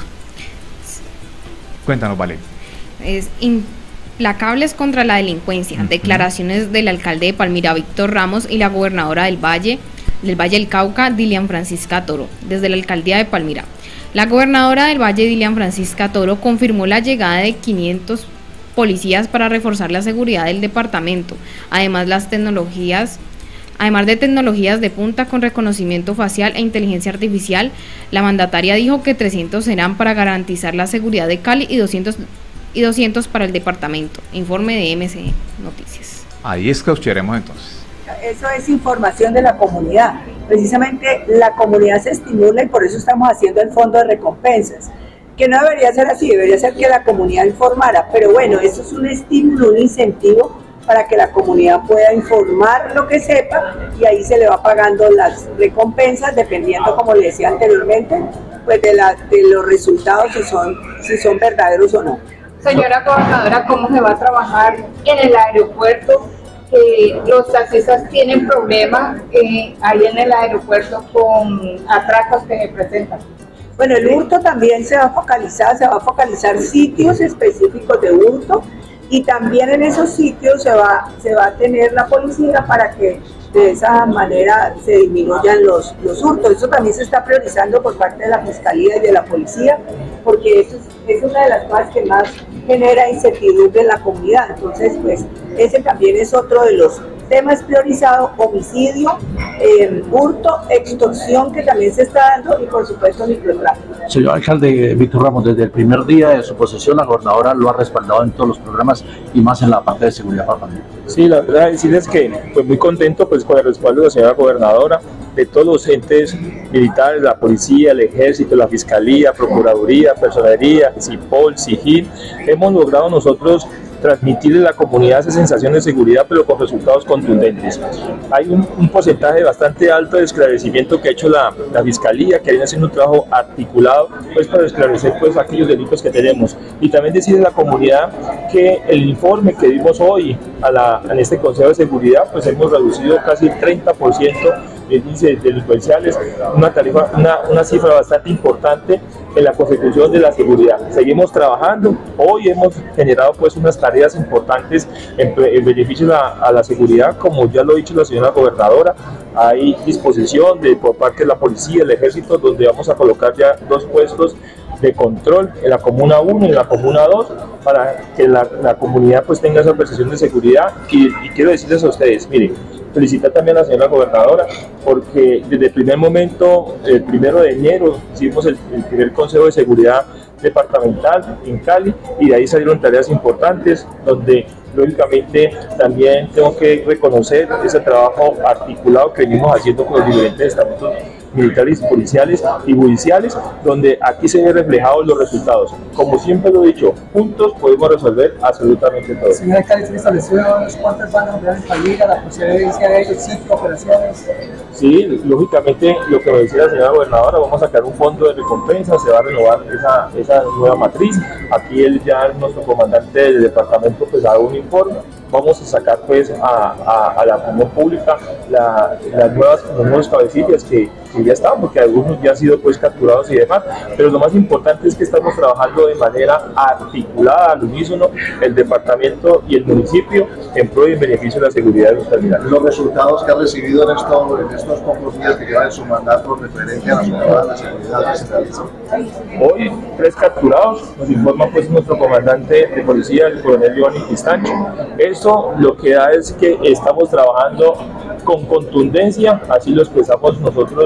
Cuéntanos, Valeria. Es implacables contra la delincuencia. Uh-huh. Declaraciones del alcalde de Palmira, Víctor Ramos, y la gobernadora del Valle, del Valle del Cauca, Dilian Francisca Toro, desde la alcaldía de Palmira. La gobernadora del Valle, Dilian Francisca Toro, confirmó la llegada de quinientos policías para reforzar la seguridad del departamento. Además, las tecnologías, además de tecnologías de punta con reconocimiento facial e inteligencia artificial, la mandataria dijo que trescientos serán para garantizar la seguridad de Cali y doscientos, y doscientos para el departamento. Informe de M C Noticias. Ahí escucharemos entonces. Eso es información de la comunidad. Precisamente la comunidad se estimula y por eso estamos haciendo el fondo de recompensas. Que no debería ser así, debería ser que la comunidad informara, pero bueno, eso es un estímulo, un incentivo para que la comunidad pueda informar lo que sepa y ahí se le va pagando las recompensas dependiendo, como le decía anteriormente, pues de, la, de los resultados, si son, si son verdaderos o no. Señora gobernadora, ¿cómo se va a trabajar en el aeropuerto? Eh, los taxistas tienen problemas eh, ahí en el aeropuerto con atracos que se presentan. Bueno, el hurto también se va a focalizar, se va a focalizar sitios específicos de hurto y también en esos sitios se va, se va a tener la policía para que de esa manera se disminuyan los, los hurtos. Eso también se está priorizando por parte de la Fiscalía y de la Policía, porque eso es, es una de las cosas que más genera incertidumbre en la comunidad. Entonces, pues, ese también es otro de los temas priorizados: homicidio, eh, hurto, extorsión, que también se está dando, y por supuesto microtráfico. Señor alcalde Víctor Ramos, desde el primer día de su posesión, la gobernadora lo ha respaldado en todos los programas y más en la parte de seguridad para familia. Sí, la verdad decirles que pues muy contento pues con el respaldo de la señora gobernadora, de todos los entes militares, la policía, el ejército, la fiscalía, procuraduría, personería, CIPOL, SIGIN. Hemos logrado nosotros transmitirle a la comunidad esa sensación de seguridad, pero con resultados contundentes. Hay un, un porcentaje bastante alto de esclarecimiento que ha hecho la, la Fiscalía, que viene haciendo un trabajo articulado pues, para esclarecer pues, aquellos delitos que tenemos. Y también decirle a la comunidad que el informe que dimos hoy a la, en este Consejo de Seguridad, pues hemos reducido casi el treinta por ciento de índices delincuenciales, una, tarifa, una, una cifra bastante importante en la consecución de la seguridad. Seguimos trabajando, hoy hemos generado pues unas tareas importantes en, en beneficio a, a la seguridad, como ya lo ha dicho la señora gobernadora. Hay disposición de, por parte de la policía, el ejército, donde vamos a colocar ya dos puestos de control en la comuna uno y en la comuna dos para que la, la comunidad pues tenga esa percepción de seguridad. Y, y quiero decirles a ustedes, miren, felicitar también a la señora gobernadora, porque desde el primer momento, el primero de enero, hicimos el, el primer Consejo de Seguridad Departamental en Cali, y de ahí salieron tareas importantes, donde lógicamente también tengo que reconocer ese trabajo articulado que venimos haciendo con los diferentes estamentos militares, policiales y judiciales, donde aquí se ven reflejados los resultados. Como siempre lo he dicho, juntos podemos resolver absolutamente todo. Señora alcalde, ¿se estableció cuántas van a operar en Palmira, la procedencia de ellos, cinco operaciones? Sí, lógicamente lo que me decía la señora gobernadora, vamos a sacar un fondo de recompensa, se va a renovar esa, esa nueva matriz. Aquí él ya, nuestro comandante del departamento, pues ha dado un informe. Vamos a sacar pues a, a, a la opinión pública la, las nuevas, los nuevos cabecillas que, que ya estaban, porque algunos ya han sido pues capturados y demás, pero lo más importante es que estamos trabajando de manera articulada, al unísono, el departamento y el municipio, en pro y en beneficio de la seguridad de los terminales. Los resultados que ha recibido en, esto, en estos pocos días que lleva en su mandato referente a la seguridad, la seguridad que se realiza. Hoy, tres capturados, nos informa pues nuestro comandante de policía, el coronel Giovanni Pistancho. Eso lo que da es que estamos trabajando con contundencia, así lo expresamos nosotros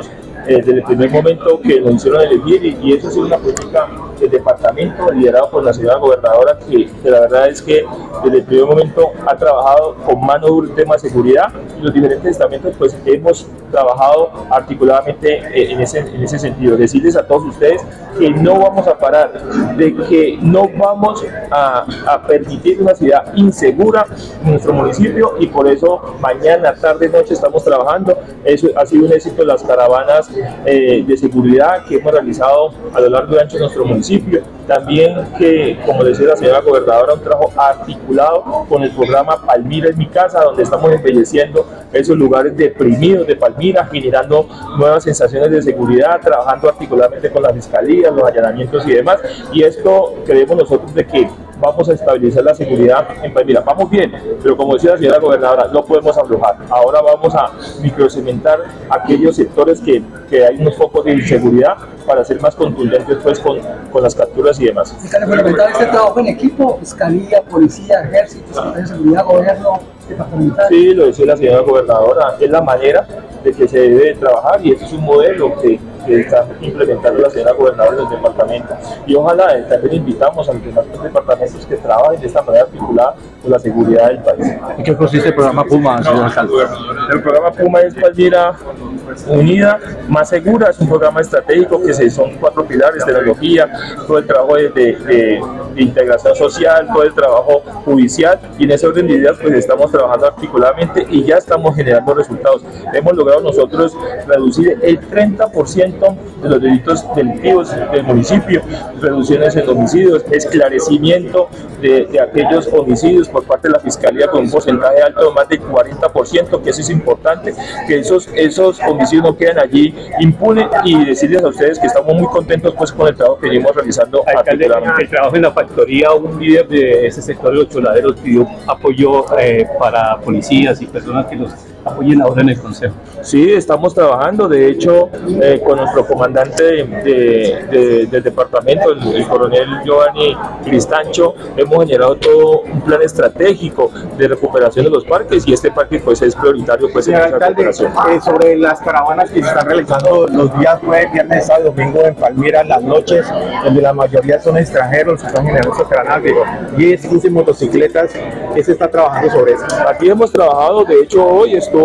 eh, desde el primer momento que nos hicieron elegir, y, y eso ha sido una política del departamento liderado por la señora gobernadora, que, que la verdad es que desde el primer momento ha trabajado con mano dura el tema de seguridad, y los diferentes estamentos pues hemos trabajado articuladamente eh, en, ese, en ese sentido. Decirles a todos ustedes que no vamos a parar, de que no vamos a, a permitir una ciudad insegura en nuestro municipio, y por eso mañana, tarde, noche estamos trabajando. Eso ha sido un éxito de las caravanas eh, de seguridad que hemos realizado a lo largo y ancho de nuestro municipio. También que, como decía la señora gobernadora, un trabajo articulado con el programa Palmira es mi casa, donde estamos embelleciendo esos lugares deprimidos de Palmira, generando nuevas sensaciones de seguridad, trabajando articuladamente con la fiscalía, los allanamientos y demás. Y esto creemos nosotros de que vamos a estabilizar la seguridad en Palmira. Vamos bien, pero como decía la señora gobernadora, no podemos aflojar. Ahora vamos a microcementar aquellos sectores que, que hay unos focos de inseguridad para ser más contundentes pues, con, con las capturas y demás. Fiscal, fundamental este trabajo en equipo, fiscalía, policía, ejército, secretaría de seguridad, gobierno departamental. Sí, lo decía la señora gobernadora, es la manera de que se debe trabajar, y ese es un modelo que, que está implementando la señora gobernadora del departamento, y ojalá eh, también invitamos a los demás departamentos que trabajen de esta manera articulada con la seguridad del país. ¿En qué consiste el programa Puma, señor alcalde? El programa Puma es Palmira unida, más segura. Es un programa estratégico que se, son cuatro pilares: tecnología, todo el trabajo de, de, de, de integración social, todo el trabajo judicial, y en ese orden de ideas pues estamos trabajando articuladamente y ya estamos generando resultados. Hemos logrado nosotros reducir el treinta por ciento de los delitos delictivos del municipio, reducciones en homicidios, esclarecimiento de, de aquellos homicidios por parte de la Fiscalía con un porcentaje alto de más del cuarenta por ciento, que eso es importante, que esos, esos homicidios no quedan allí impunes, y decirles a ustedes que estamos muy contentos pues con el trabajo que venimos realizando. Alcalde, el trabajo en la factoría, un líder de ese sector de los choladeros pidió apoyo eh, para policías y personas que los apoyen ahora en el Consejo. Sí, estamos trabajando, de hecho, eh, con nuestro comandante de, de, de, del departamento, el, el coronel Giovanni Cristancho, hemos generado todo un plan estratégico de recuperación de los parques, y este parque pues es prioritario pues en esta recuperación. Eh, sobre las caravanas que se están realizando los días jueves, viernes, sábado, domingo en Palmira, en las noches, donde la mayoría son extranjeros, se están generando estos caravanas de diez, quince motocicletas, ¿qué se está trabajando sobre eso? Aquí hemos trabajado, de hecho hoy estuvo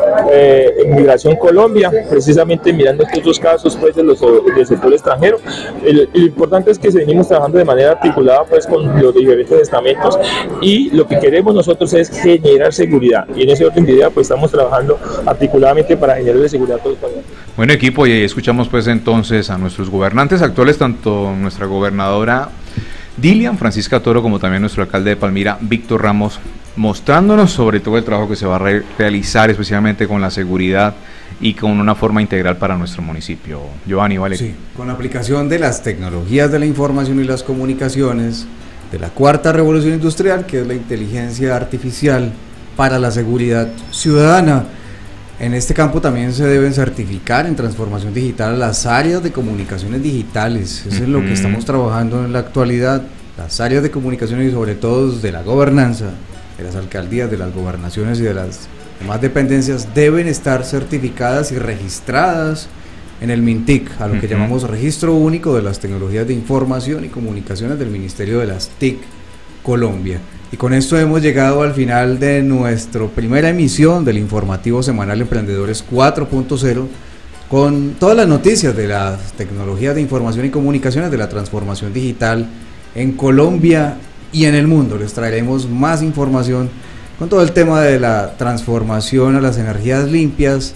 eh, en Migración Colombia, precisamente mirando estos dos casos pues de los, del sector extranjero. El, lo importante es que seguimos trabajando de manera articulada pues con los diferentes estamentos, y lo que queremos nosotros es generar seguridad, y en ese orden de idea pues estamos trabajando articuladamente para generar seguridad a todos los países. Bueno, equipo, y ahí escuchamos pues entonces a nuestros gobernantes actuales, tanto nuestra gobernadora Dilian Francisca Toro como también nuestro alcalde de Palmira, Víctor Ramos, mostrándonos sobre todo el trabajo que se va a re realizar especialmente con la seguridad y con una forma integral para nuestro municipio. Giovanni, vale. Sí, con la aplicación de las tecnologías de la información y las comunicaciones, de la cuarta revolución industrial, que es la inteligencia artificial para la seguridad ciudadana. En este campo también se deben certificar en transformación digital las áreas de comunicaciones digitales. Eso uh-huh. es lo que estamos trabajando en la actualidad. Las áreas de comunicaciones, y sobre todo de la gobernanza, de las alcaldías, de las gobernaciones y de las demás dependencias, deben estar certificadas y registradas en el MINTIC, a lo uh-huh. que llamamos Registro Único de las Tecnologías de Información y Comunicaciones del Ministerio de las T I C Colombia. Y con esto hemos llegado al final de nuestra primera emisión del informativo semanal Emprendedores cuatro punto cero, con todas las noticias de las tecnologías de información y comunicaciones, de la transformación digital en Colombia y en el mundo. Les traeremos más información con todo el tema de la transformación a las energías limpias,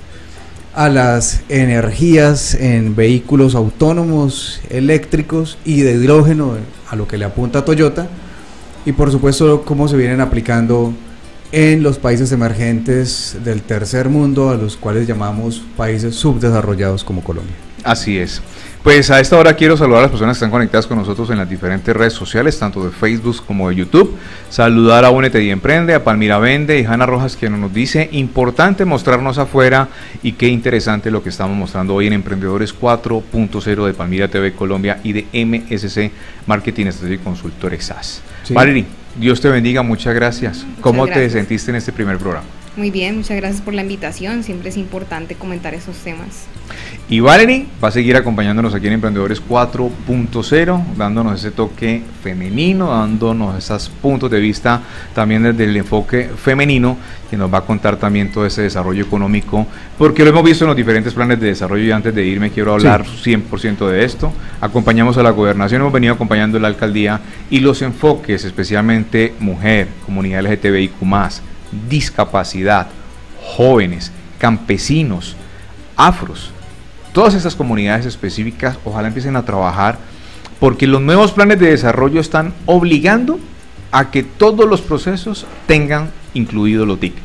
a las energías en vehículos autónomos, eléctricos y de hidrógeno, a lo que le apunta Toyota, y por supuesto cómo se vienen aplicando en los países emergentes del tercer mundo, a los cuales llamamos países subdesarrollados como Colombia. Así es. Pues a esta hora quiero saludar a las personas que están conectadas con nosotros en las diferentes redes sociales, tanto de Facebook como de YouTube. Saludar a Únete y Emprende, a Palmira Vende y Hanna Rojas, que nos dice: importante mostrarnos afuera, y qué interesante lo que estamos mostrando hoy en Emprendedores cuatro punto cero de Palmira T V Colombia y de M S C Marketing Estrategia y Consultores S A S. Sí. Valerie, Dios te bendiga, muchas gracias. Muchas ¿Cómo gracias. te sentiste en este primer programa? Muy bien, muchas gracias por la invitación. Siempre es importante comentar esos temas. Y Valerie va a seguir acompañándonos aquí en Emprendedores cuatro punto cero, dándonos ese toque femenino, dándonos esos puntos de vista también desde el enfoque femenino, que nos va a contar también todo ese desarrollo económico, porque lo hemos visto en los diferentes planes de desarrollo. Y antes de irme quiero hablar sí. cien por ciento de esto. Acompañamos a la gobernación, hemos venido acompañando a la alcaldía y los enfoques, especialmente mujer, comunidad L G T B I Q más, discapacidad, jóvenes, campesinos, afros, todas esas comunidades específicas, ojalá empiecen a trabajar, porque los nuevos planes de desarrollo están obligando a que todos los procesos tengan incluido los T I C,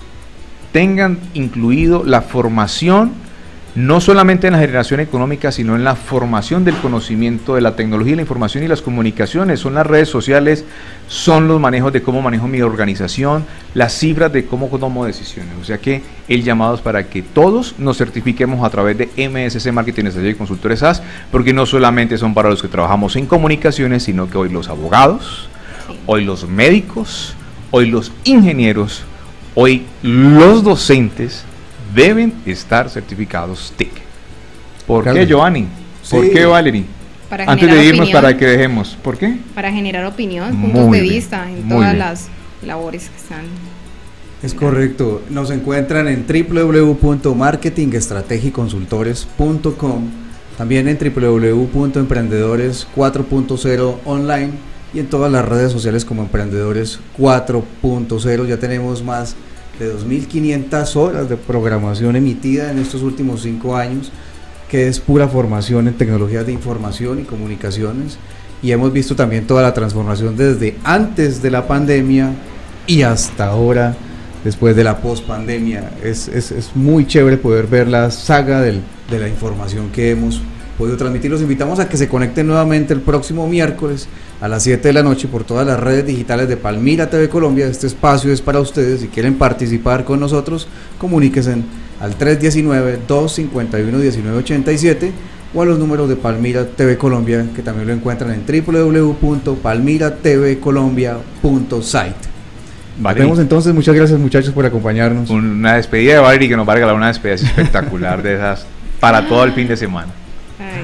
tengan incluido la formación, no solamente en la generación económica, sino en la formación del conocimiento de la tecnología, la información y las comunicaciones. Son las redes sociales, son los manejos de cómo manejo mi organización, las cifras de cómo tomo decisiones. O sea que el llamado es para que todos nos certifiquemos a través de M S C Marketing Estrategia y Consultores S A S, porque no solamente son para los que trabajamos en comunicaciones, sino que hoy los abogados, hoy los médicos, hoy los ingenieros, hoy los docentes deben estar certificados T I C. ¿Por claro. qué, Giovanni? ¿Por sí. qué, Valerie? Para Antes de irnos, opinión, para que dejemos. ¿Por qué? Para generar opinión, puntos muy de bien, vista en todas bien. las labores que están. Es correcto. Nos encuentran en w w w punto marketing estrategia y consultores punto com, también en w w w punto emprendedores cuatro punto cero online y en todas las redes sociales como Emprendedores cuatro punto cero. Ya tenemos más de dos mil quinientas horas de programación emitida en estos últimos cinco años, que es pura formación en tecnologías de información y comunicaciones, y hemos visto también toda la transformación desde antes de la pandemia y hasta ahora, después de la pospandemia. Es, es, es muy chévere poder ver la saga del, de la información que hemos podido transmitir. Los invitamos a que se conecten nuevamente el próximo miércoles a las siete de la noche por todas las redes digitales de Palmira T V Colombia. Este espacio es para ustedes. Si quieren participar con nosotros, comuníquense al tres uno nueve, dos cinco uno, uno nueve ocho siete o a los números de Palmira T V Colombia, que también lo encuentran en w w w punto palmira t v colombia punto site. Vale. Nos vemos entonces. Muchas gracias, muchachos, por acompañarnos. Una despedida de Valerie que nos va a regalar una despedida espectacular de esas para todo el fin de semana. Ay.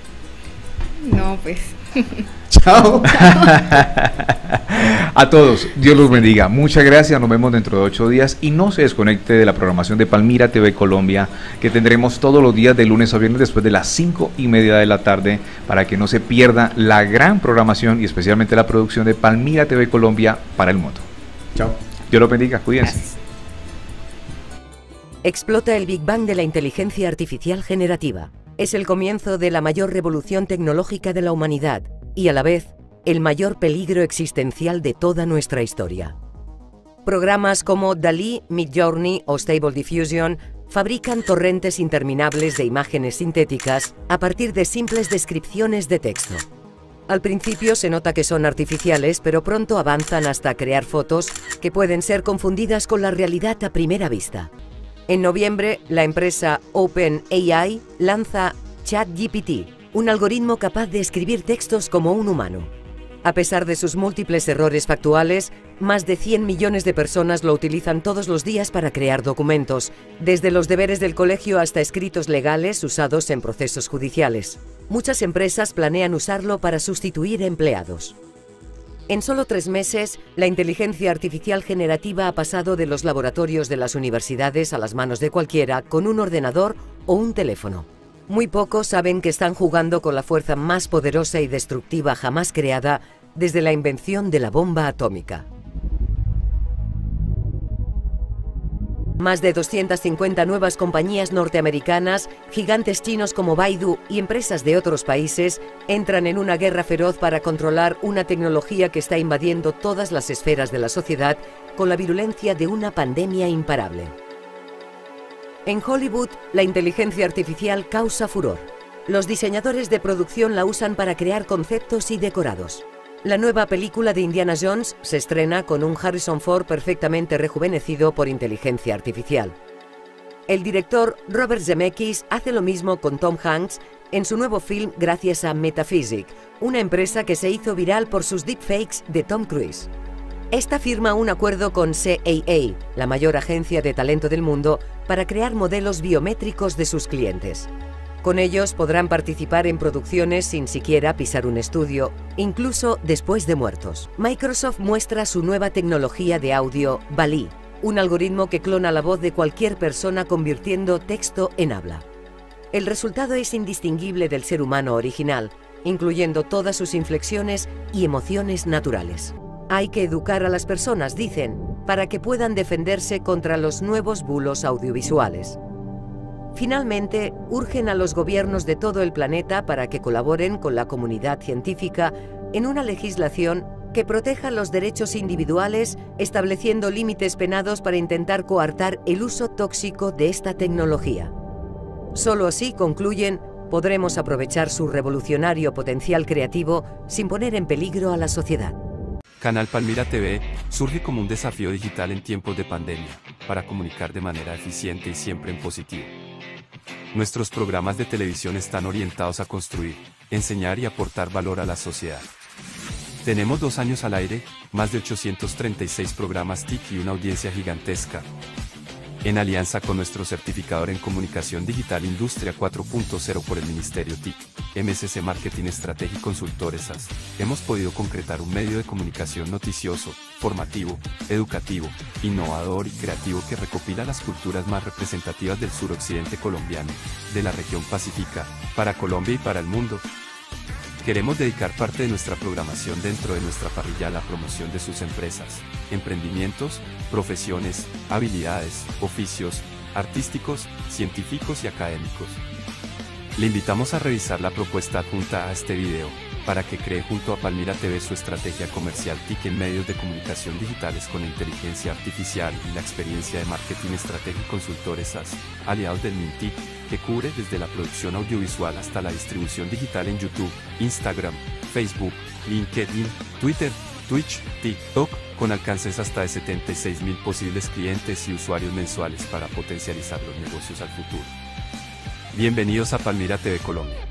No, pues. Chao. A todos, Dios los bendiga. Muchas gracias, nos vemos dentro de ocho días y no se desconecte de la programación de Palmira T V Colombia, que tendremos todos los días de lunes a viernes después de las cinco y media de la tarde, para que no se pierda la gran programación y especialmente la producción de Palmira T V Colombia para el mundo. Chao. Dios los bendiga, cuídense. Gracias. Explota el Big Bang de la inteligencia artificial generativa. Es el comienzo de la mayor revolución tecnológica de la humanidad y a la vez el mayor peligro existencial de toda nuestra historia. Programas como DALL-E, Midjourney o Stable Diffusion fabrican torrentes interminables de imágenes sintéticas a partir de simples descripciones de texto. Al principio se nota que son artificiales, pero pronto avanzan hasta crear fotos que pueden ser confundidas con la realidad a primera vista. En noviembre, la empresa OpenAI lanza ChatGPT, un algoritmo capaz de escribir textos como un humano. A pesar de sus múltiples errores factuales, más de cien millones de personas lo utilizan todos los días para crear documentos, desde los deberes del colegio hasta escritos legales usados en procesos judiciales. Muchas empresas planean usarlo para sustituir empleados. En solo tres meses, la inteligencia artificial generativa ha pasado de los laboratorios de las universidades a las manos de cualquiera con un ordenador o un teléfono. Muy pocos saben que están jugando con la fuerza más poderosa y destructiva jamás creada desde la invención de la bomba atómica. Más de doscientas cincuenta nuevas compañías norteamericanas, gigantes chinos como Baidu y empresas de otros países entran en una guerra feroz para controlar una tecnología que está invadiendo todas las esferas de la sociedad con la virulencia de una pandemia imparable. En Hollywood, la inteligencia artificial causa furor. Los diseñadores de producción la usan para crear conceptos y decorados. La nueva película de Indiana Jones se estrena con un Harrison Ford perfectamente rejuvenecido por inteligencia artificial. El director Robert Zemeckis hace lo mismo con Tom Hanks en su nuevo film gracias a Metaphysic, una empresa que se hizo viral por sus deepfakes de Tom Cruise. Esta firma un acuerdo con C A A, la mayor agencia de talento del mundo, para crear modelos biométricos de sus clientes. Con ellos podrán participar en producciones sin siquiera pisar un estudio, incluso después de muertos. Microsoft muestra su nueva tecnología de audio, DALL-E, un algoritmo que clona la voz de cualquier persona convirtiendo texto en habla. El resultado es indistinguible del ser humano original, incluyendo todas sus inflexiones y emociones naturales. Hay que educar a las personas, dicen, para que puedan defenderse contra los nuevos bulos audiovisuales. Finalmente, urgen a los gobiernos de todo el planeta para que colaboren con la comunidad científica en una legislación que proteja los derechos individuales, estableciendo límites penados para intentar coartar el uso tóxico de esta tecnología. Solo así, concluyen, podremos aprovechar su revolucionario potencial creativo sin poner en peligro a la sociedad. Canal Palmira T V surge como un desafío digital en tiempos de pandemia, para comunicar de manera eficiente y siempre en positivo. Nuestros programas de televisión están orientados a construir, enseñar y aportar valor a la sociedad. Tenemos dos años al aire, más de ochocientos treinta y seis programas T I C y una audiencia gigantesca. En alianza con nuestro certificador en Comunicación Digital Industria cuatro punto cero por el Ministerio T I C, M S C Marketing Strategy Consultores A S, hemos podido concretar un medio de comunicación noticioso, formativo, educativo, innovador y creativo que recopila las culturas más representativas del suroccidente colombiano, de la región pacífica, para Colombia y para el mundo. Queremos dedicar parte de nuestra programación dentro de nuestra parrilla a la promoción de sus empresas, emprendimientos, profesiones, habilidades, oficios, artísticos, científicos y académicos. Le invitamos a revisar la propuesta adjunta a este video, para que cree junto a Palmira T V su estrategia comercial T I C en medios de comunicación digitales con inteligencia artificial y la experiencia de Marketing Strategy Consultores A S, aliados del MINTIC, que cubre desde la producción audiovisual hasta la distribución digital en YouTube, Instagram, Facebook, LinkedIn, Twitter, Twitch, TikTok, con alcances hasta de setenta y seis mil posibles clientes y usuarios mensuales para potencializar los negocios al futuro. Bienvenidos a Palmira T V Colombia.